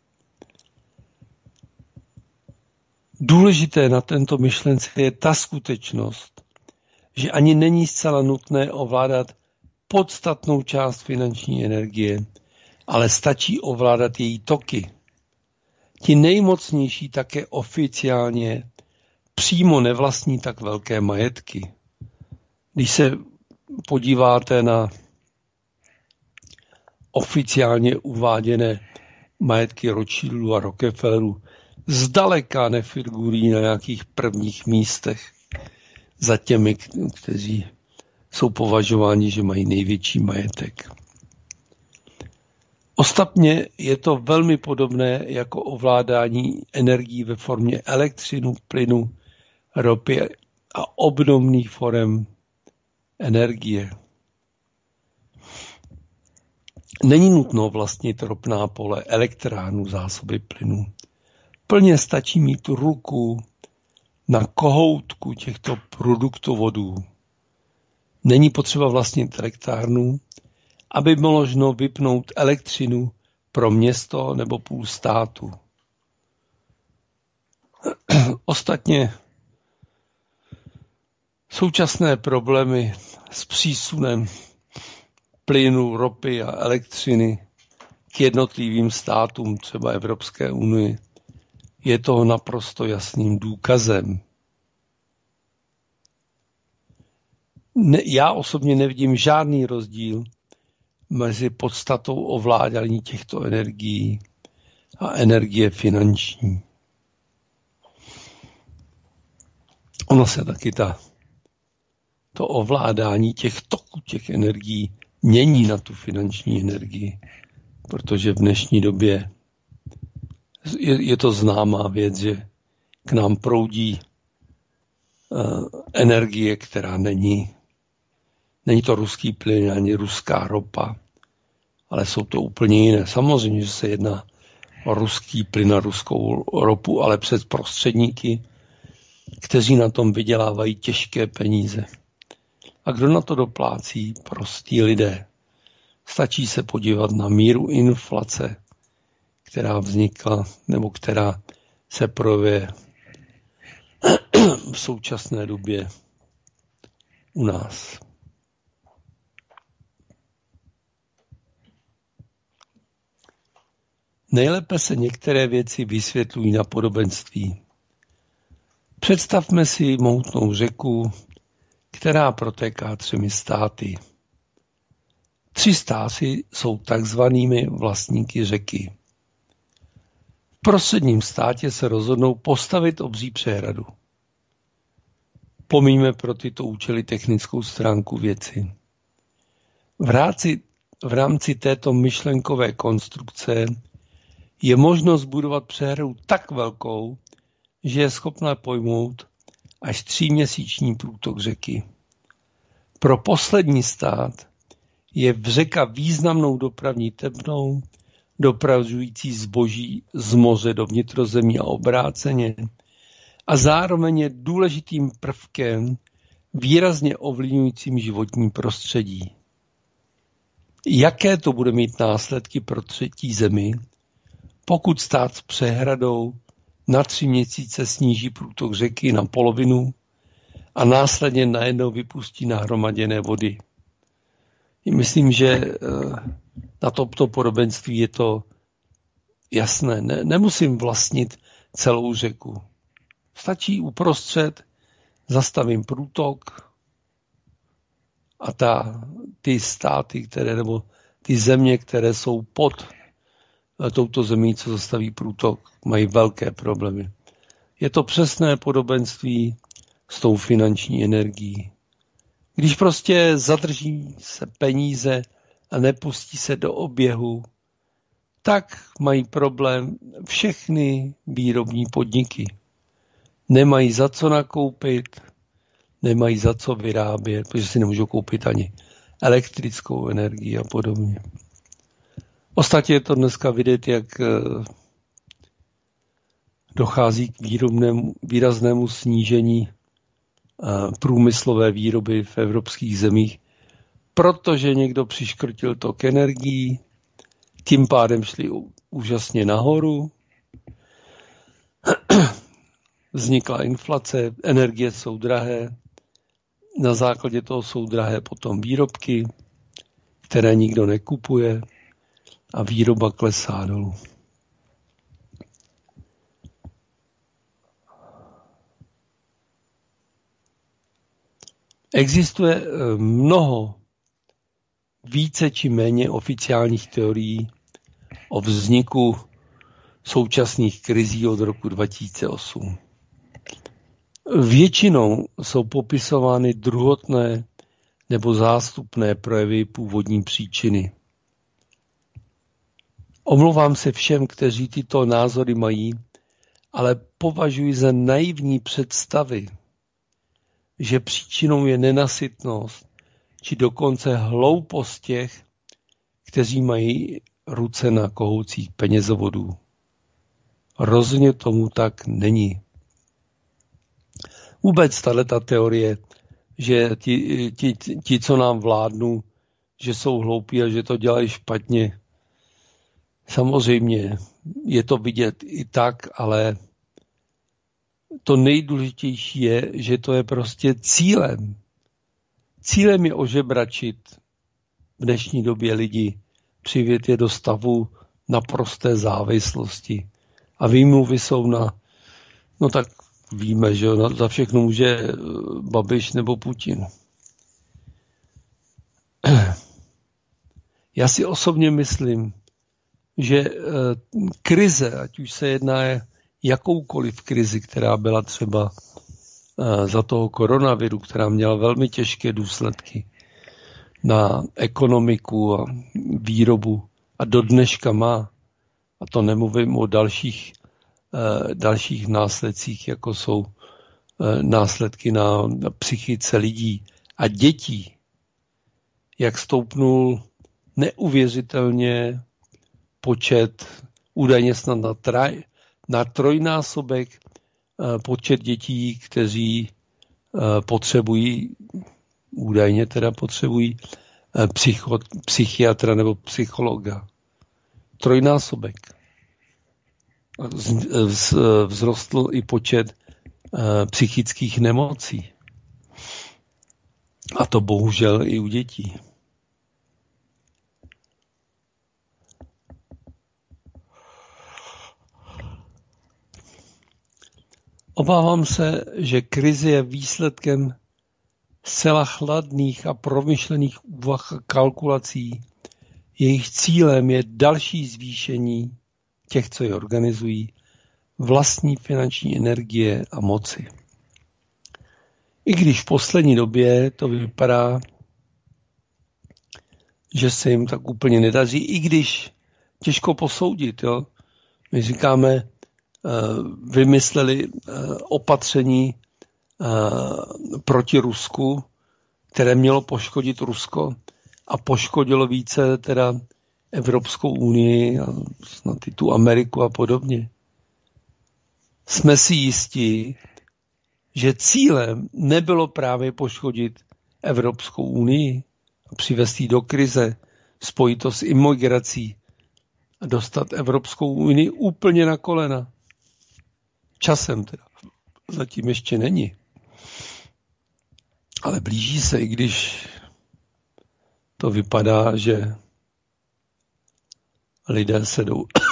Důležité na tento myšlence je ta skutečnost, že ani není zcela nutné ovládat podstatnou část finanční energie, ale stačí ovládat její toky. Ti nejmocnější také oficiálně přímo nevlastní tak velké majetky. Když se podíváte na oficiálně uváděné majetky Rothschildů a Rockefellerů, zdaleka nefigurují na nějakých prvních místech za těmi, kteří jsou považováni, že mají největší majetek. Ostatně je to velmi podobné jako ovládání energií ve formě elektřinu, plynu, ropy a obdobných forem energie. Není nutno vlastnit ropná pole, elektrárnu, zásoby plynu. Plně stačí mít ruku na kohoutku těchto produktovodů. Není potřeba vlastnit elektrárnu, aby bylo možno vypnout elektřinu pro město nebo půl státu. Ostatně současné problémy s přísunem plynu, ropy a elektřiny k jednotlivým státům, třeba Evropské unie, je toho naprosto jasným důkazem. Já osobně nevidím žádný rozdíl mezi podstatou ovládání těchto energií a energie finanční. Ono se taky to ovládání těch toků, těch energií mění na tu finanční energii, protože v dnešní době je to známá věc, že k nám proudí energie, která není to ruský plyn ani ruská ropa, ale jsou to úplně jiné. Samozřejmě, že se jedná o ruský plyn a ruskou ropu, ale přes prostředníky, kteří na tom vydělávají těžké peníze. A kdo na to doplácí? Prostí lidé. Stačí se podívat na míru inflace, která vznikla nebo která se projevuje v současné době u nás. Nejlépe se některé věci vysvětlují na podobenství. Představme si mohutnou řeku, která protéká 3 státy. 3 státy jsou takzvanými vlastníky řeky. V prostředním státě se rozhodnou postavit obří přehradu. Pomíjme pro tyto účely technickou stránku věci. V rámci této myšlenkové konstrukce je možnost budovat přehradu tak velkou, že je schopná pojmout až 3měsíční průtok řeky. Pro poslední stát je řeka významnou dopravní tepnou, dopravující zboží z moře do vnitrozemí a obráceně, a zároveň je důležitým prvkem výrazně ovlivňujícím životní prostředí. Jaké to bude mít následky pro třetí zemi, pokud stát s přehradou na 3 měsíce sníží průtok řeky na polovinu a následně najednou vypustí nahromaděné vody? Myslím, že na tomto podobenství je to jasné. Nemusím vlastnit celou řeku. Stačí uprostřed, zastavím průtok a ty státy, nebo ty země, které jsou pod touto zemí, co zastaví průtok, mají velké problémy. Je to přesné podobenství s tou finanční energií. Když prostě zadrží se peníze a nepustí se do oběhu, tak mají problém všechny výrobní podniky. Nemají za co nakoupit, nemají za co vyrábět, protože si nemůžou koupit ani elektrickou energii a podobně. Ostatně je to dneska vidět, jak dochází k výraznému snížení průmyslové výroby v evropských zemích, protože někdo přiškrtil tok energií, tím pádem šli úžasně nahoru, vznikla inflace, energie jsou drahé, na základě toho jsou drahé potom výrobky, které nikdo nekupuje a výroba klesá dolů. Existuje mnoho více či méně oficiálních teorií o vzniku současných krizí od roku 2008. Většinou jsou popisovány druhotné nebo zástupné projevy původní příčiny. Omlouvám se všem, kteří tyto názory mají, ale považuji za naivní představy, že příčinou je nenasytnost, či dokonce hloupost těch, kteří mají ruce na kohoucích penězovodů. Rozhodně tomu tak není. Vůbec tato teorie, že ti, co nám vládnou, že jsou hloupí a že to dělají špatně, samozřejmě je to vidět i tak, ale to nejdůležitější je, že to je prostě cílem. Cílem je ožebračit v dnešní době lidi, přivět je do stavu naprosté závislosti. A výmluvy jsou no tak víme, že za všechno může Babiš nebo Putin. Já si osobně myslím, že krize, ať už se jedná jakoukoliv krizi, která byla třeba za toho koronaviru, která měla velmi těžké důsledky na ekonomiku a výrobu a do dneška má, a to nemluvím o dalších následcích, jako jsou následky na psychice lidí a dětí, jak stoupnul neuvěřitelně počet, údajně snad na trojnásobek počet dětí, kteří potřebují údajně teda potřebují psychiatra nebo psychologa. 3násobek. Vzrostl i počet psychických nemocí. A to bohužel i u dětí. Obávám se, že krize je výsledkem zcela chladných a promyšlených úvah a kalkulací. Jejich cílem je další zvýšení těch, co je organizují, vlastní finanční energie a moci. I když v poslední době to vypadá, že se jim tak úplně nedaří, i když těžko posoudit. Jo? My říkáme, vymysleli opatření proti Rusku, které mělo poškodit Rusko a poškodilo více teda Evropskou unii a snad i tu Ameriku a podobně. Jsme si jistí, že cílem nebylo právě poškodit Evropskou unii a přivést ji do krize, spojit to s imigrací a dostat Evropskou unii úplně na kolena. Časem teda. Zatím ještě není. Ale blíží se, i když to vypadá, že lidé se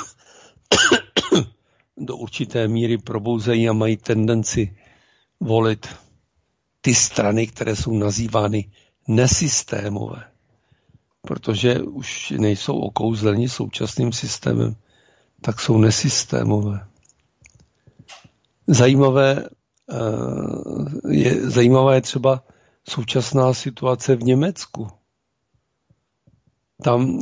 do určité míry probouzejí a mají tendenci volit ty strany, které jsou nazývány nesystémové. Protože už nejsou okouzleni současným systémem, tak jsou nesystémové. Zajímavá je třeba současná situace v Německu. Tam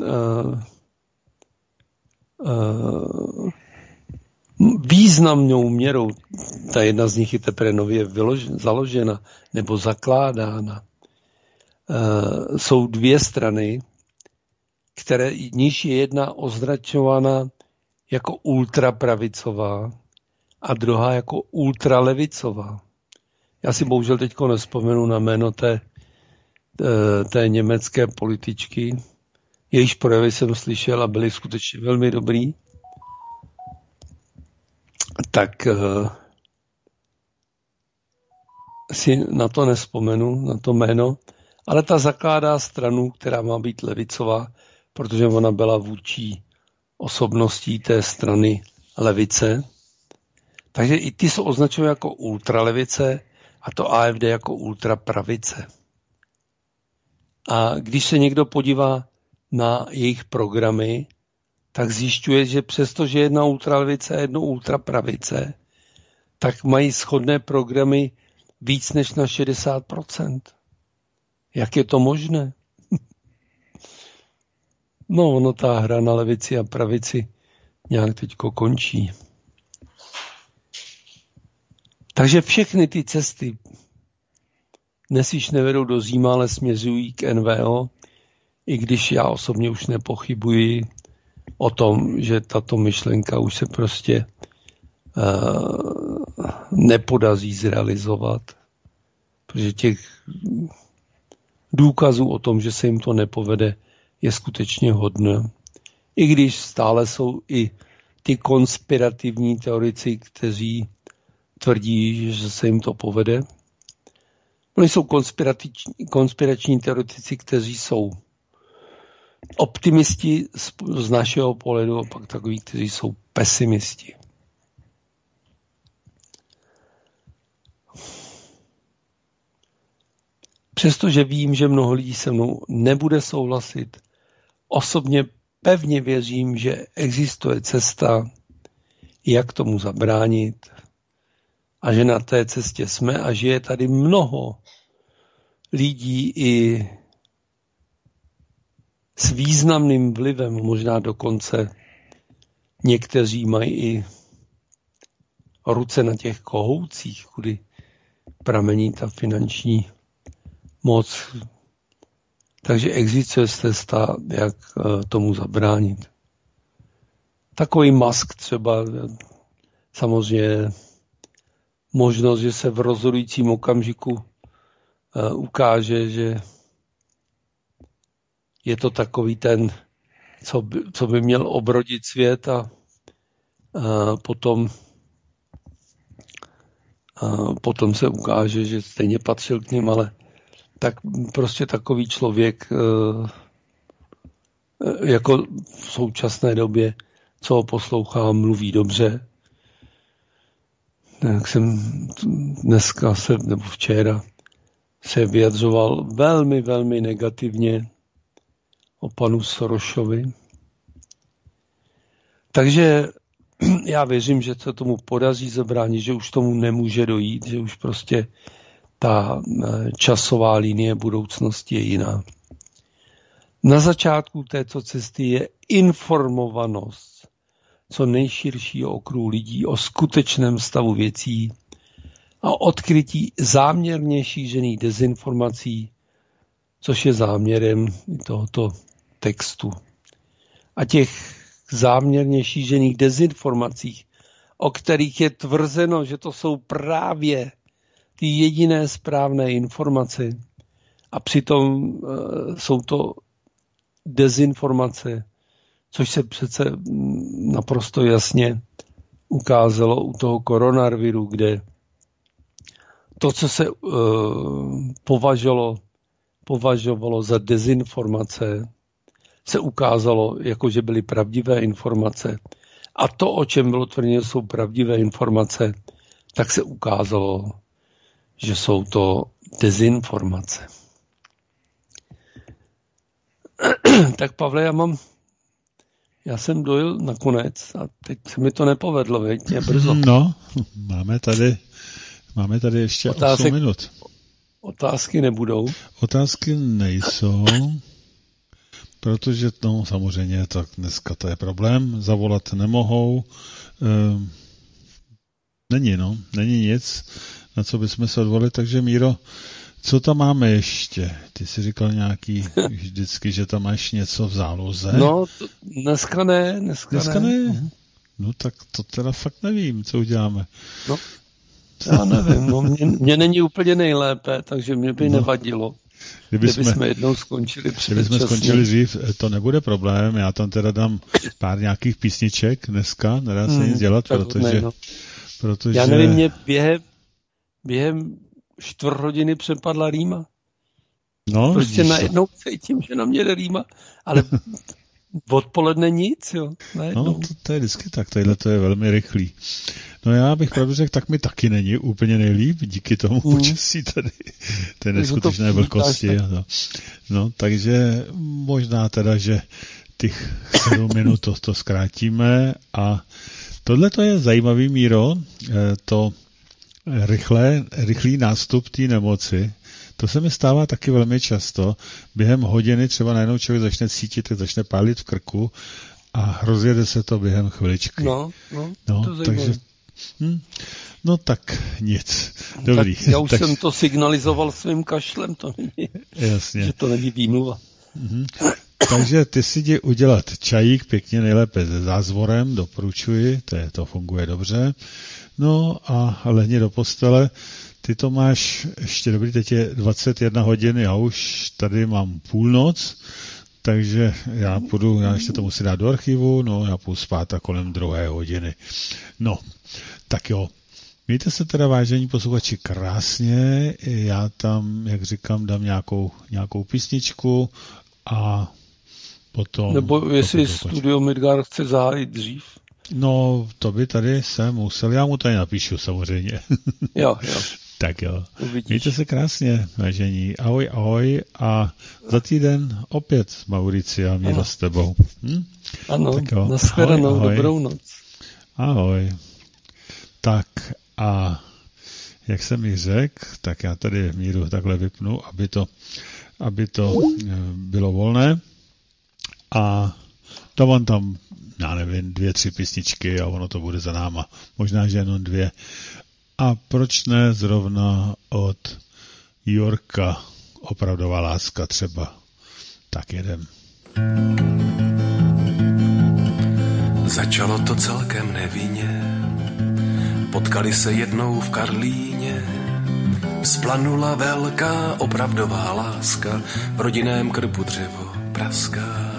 významnou měrou, ta jedna z nich je teprve nově založena nebo zakládána, jsou dvě strany, které níž je jedna označována jako ultrapravicová a druhá jako ultralevicová. Já si bohužel teďko nespomenu na jméno té německé političky. Jejíž projevy jsem slyšel a byly skutečně velmi dobrý. Tak si na to nespomenu, na to jméno, ale ta zakládá stranu, která má být levicová, protože ona byla vůdčí osobností té strany levice. Takže i ty jsou označeny jako ultralevice a to AfD jako ultrapravice. A když se někdo podívá na jejich programy, tak zjišťuje, že přestože jedna ultralevice a jedno ultrapravice, tak mají shodné programy víc než na 60%. Jak je to možné? No, ono ta hra na levici a pravici nějak teďko končí. Takže všechny ty cesty dnes již nevedou do Říma, ale směřují k NVO, i když já osobně už nepochybuji o tom, že tato myšlenka už se prostě nepodaří zrealizovat, protože těch důkazů o tom, že se jim to nepovede, je skutečně hodně. I když stále jsou i ty konspirativní teorici, kteří tvrdí, že se jim to povede. Oni jsou konspirační teoretici, kteří jsou optimisti z našeho pohledu a pak takoví, kteří jsou pesimisti. Přestože vím, že mnoho lidí se mnou nebude souhlasit, osobně pevně věřím, že existuje cesta, jak tomu zabránit a že na té cestě jsme a že je tady mnoho lidí i s významným vlivem, možná dokonce někteří mají i ruce na těch kohoucích, kudy pramení ta finanční moc. Takže existuje cesta, jak tomu zabránit. Takový Musk třeba, samozřejmě možnost, že se v rozhodujícím okamžiku ukáže, že je to takový ten, co by měl obrodit svět a potom se ukáže, že stejně patřil k nim, ale tak prostě takový člověk jako v současné době, co ho poslouchám, mluví dobře. Jak jsem dneska nebo včera se vyjadřoval velmi, velmi negativně o panu Sorosovi. Takže já věřím, že se tomu podaří zabránit, že už tomu nemůže dojít, že už prostě ta časová linie budoucnosti je jiná. Na začátku této cesty je informovanost co nejširšího okruhu lidí o skutečném stavu věcí a odkrytí záměrně šířených dezinformací, což je záměrem tohoto textu. A těch záměrně šířených dezinformacích, o kterých je tvrzeno, že to jsou právě ty jediné správné informace a přitom jsou to dezinformace, což se přece naprosto jasně ukázalo u toho koronaviru, kde to, co se považovalo za dezinformace, se ukázalo, jako že byly pravdivé informace. A to, o čem bylo tvrzeno, jsou pravdivé informace, tak se ukázalo, že jsou to dezinformace. Tak Pavle, já jsem dojel nakonec a teď se mi to nepovedlo, veď, je brzo. No, máme tady ještě 8 minut. Otázky nebudou? Otázky nejsou, protože no, samozřejmě tak dneska to je problém, zavolat nemohou. Není nic, na co bychom se odvolili, takže Míro, co tam máme ještě? Ty jsi říkal nějaký vždycky, že tam máš něco v záloze. No, dneska ne. No tak to teda fakt nevím, co uděláme. No, já nevím, no, mě není úplně nejlépe, takže mě by nevadilo. Kdybychom jednou skončili předčasně. Kdybychom skončili dřív, to nebude problém, já tam teda dám pár nějakých písniček dneska, nedá se nic dělat, protože... Já nevím, mě během 4 hodiny přepadla rýma. No, prostě najednou cítím, že na mě jde rýma, ale odpoledne nic, jo. Najednou. No, to je vždycky tak, tadyhle to je velmi rychlý. No já bych pravdu řekl, tak mi taky není úplně nejlíp, díky tomu počasí tady, té neskutečné vlhkosti. No, takže možná teda, že těch 7 minut to zkrátíme a tohle to je zajímavý, Míro, to rychlý nástup té nemoci. To se mi stává taky velmi často. Během hodiny třeba najednou člověk začne cítit, začne pálit v krku a rozjede se to během chviličky. No, to takže, no tak nic. Dobrý. Tak já už jsem to signalizoval svým kašlem, to není, jasně. Že to není výmluva. Takže ty si jdi udělat čajík, pěkně nejlépe se zázvorem, doporučuji, to funguje dobře. No a lehni do postele. Ty to máš ještě dobrý, teď je 21 hodin, já už tady mám půlnoc, takže já ještě to musím dát do archivu, no já půjdu spát a kolem 2 hodiny. No, tak jo. Mějte se teda, vážení posluchači, krásně, já tam, jak říkám, dám nějakou písničku a potom... Nebo jestli Studio Midgard chce zahájit dřív. No, to by tady se musel, já mu tady napíšu samozřejmě. Jo. Tak jo. Uvidíš. Mějte se krásně, vážení. Ahoj a za týden opět z Mauricia, Míro s tebou. Ano, nashledanou, dobrou noc. Ahoj. Tak a jak jsem mi řekl, tak já tady Míru takhle vypnu, aby to bylo volné a dávám tam, já nevím, 2-3 písničky a ono to bude za náma. Možná, že jenom 2. A proč ne zrovna od Jorka Opravdová láska třeba. Tak jedem. Začalo to celkem nevinně. Potkali se jednou v Karlíně. Splanula velká opravdová láska, v rodinném krbu dřevo praská.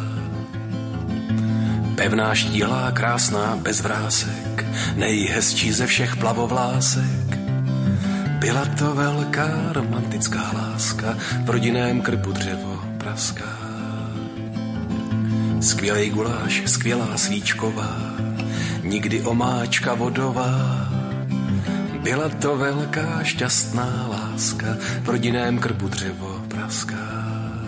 Pevná, štíhlá, krásná, bez vrásek, nejhezčí ze všech plavovlásek. Byla to velká romantická láska, v rodinném krbu dřevo praská. Skvělej guláš, skvělá svíčková, nikdy omáčka vodová. Byla to velká šťastná láska, v rodinném krbu dřevo praská.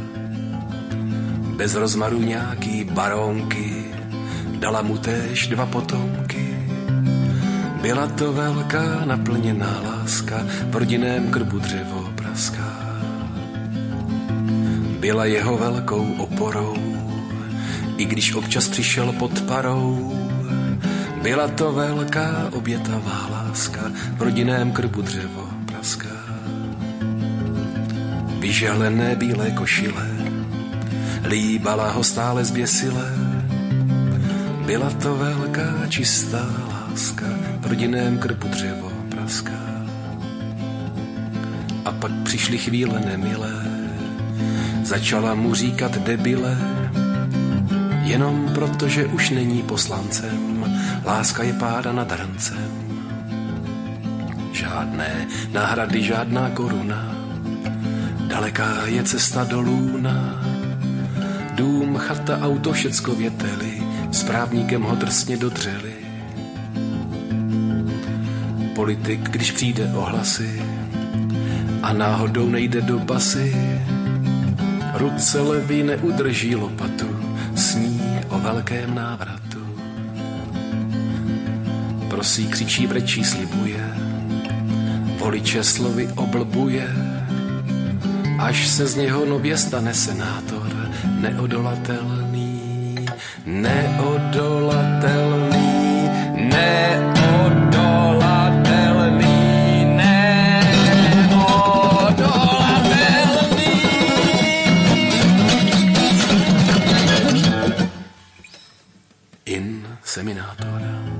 Bez rozmaru nějaký baronky, dala mu též 2 potomky. Byla to velká naplněná láska, v rodinném krbu dřevo praská. Byla jeho velkou oporou, i když občas přišel pod parou. Byla to velká obětavá láska, v rodinném krbu dřevo praská. Vyžehlené bílé košile, líbala ho stále zběsile. Byla to velká čistá láska, v rodinném krbu dřevo praská. A pak přišly chvíle nemilé, začala mu říkat debile. Jenom proto, že už není poslancem, láska je páda nad hrncem. Žádné náhrady, žádná koruna, daleká je cesta do lůna. Dům, chata, auto, všecko věteli, s právníkem ho drsně dodřeli. Politik, když přijde o hlasy a náhodou nejde do basy, ruce levý neudrží lopatu, sní o velkém návratu. Prosí, křičí, brečí, slibuje, voliče slovy oblbuje, až se z něho nově stane senátor, neodolatelný, neodolatelný, neodolatelný, neodolatelný. Inseminátor.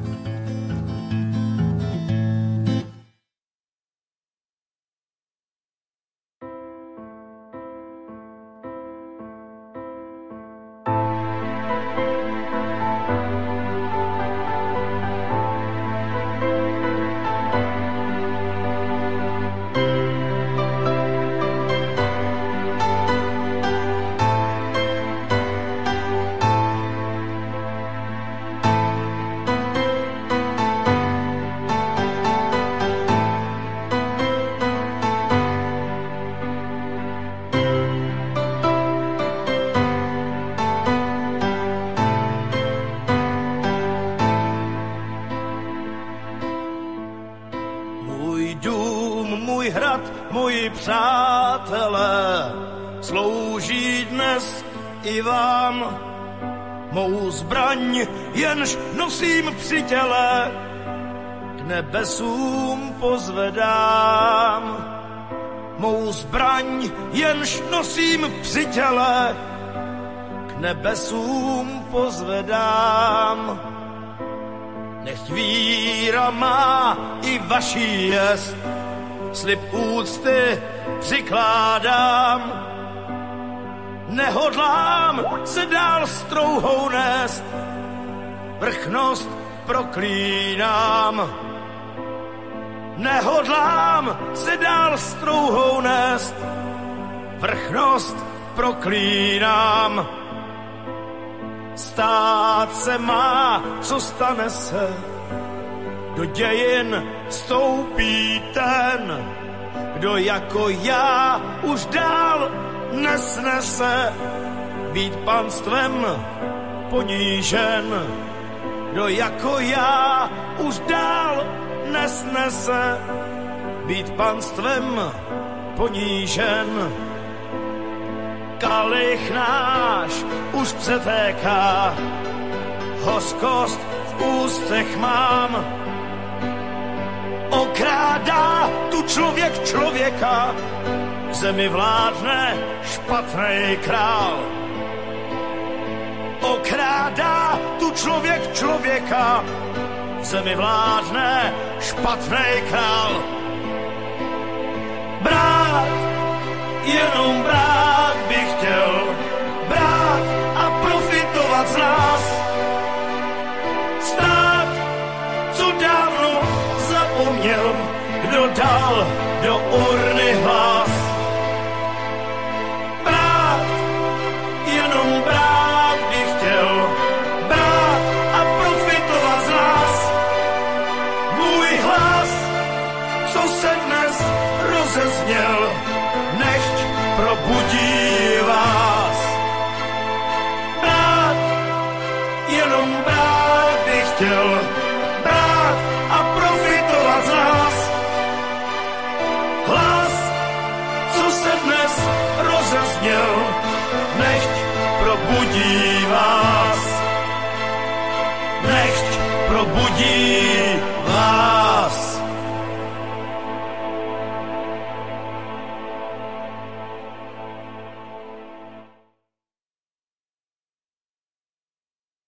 Přátelé, slouží dnes i vám. Mou zbraň jenž nosím při těle, k nebesům pozvedám. Mou zbraň jenž nosím při těle, k nebesům pozvedám. Nech víra má i vaší jest, slib úcty přikládám. Nehodlám se dál s trouhou nést, vrchnost proklínám. Nehodlám se dál s trouhou nést, vrchnost proklínám. Stát se má, co stane se, do dějin vstoupí ten, kdo jako já už dál nesnese být panstvem ponížen. Kdo jako já už dál nesnese být panstvem ponížen. Kalich náš už přetéká, hořkost v ústech mám. Okrádá tu člověk člověka, v zemi vládne špatnej král. Okrádá tu člověk člověka, v zemi vládne špatnej král. Brát, jenom brát bych chtěl, brát a profitovat z nás. Stát, co dávno zapomněl, kdo dal do urny hlas. Brát, jenom brát bych chtěl, brát a profitovat z nás. Můj hlas, co se dnes rozezněl, nechť probudí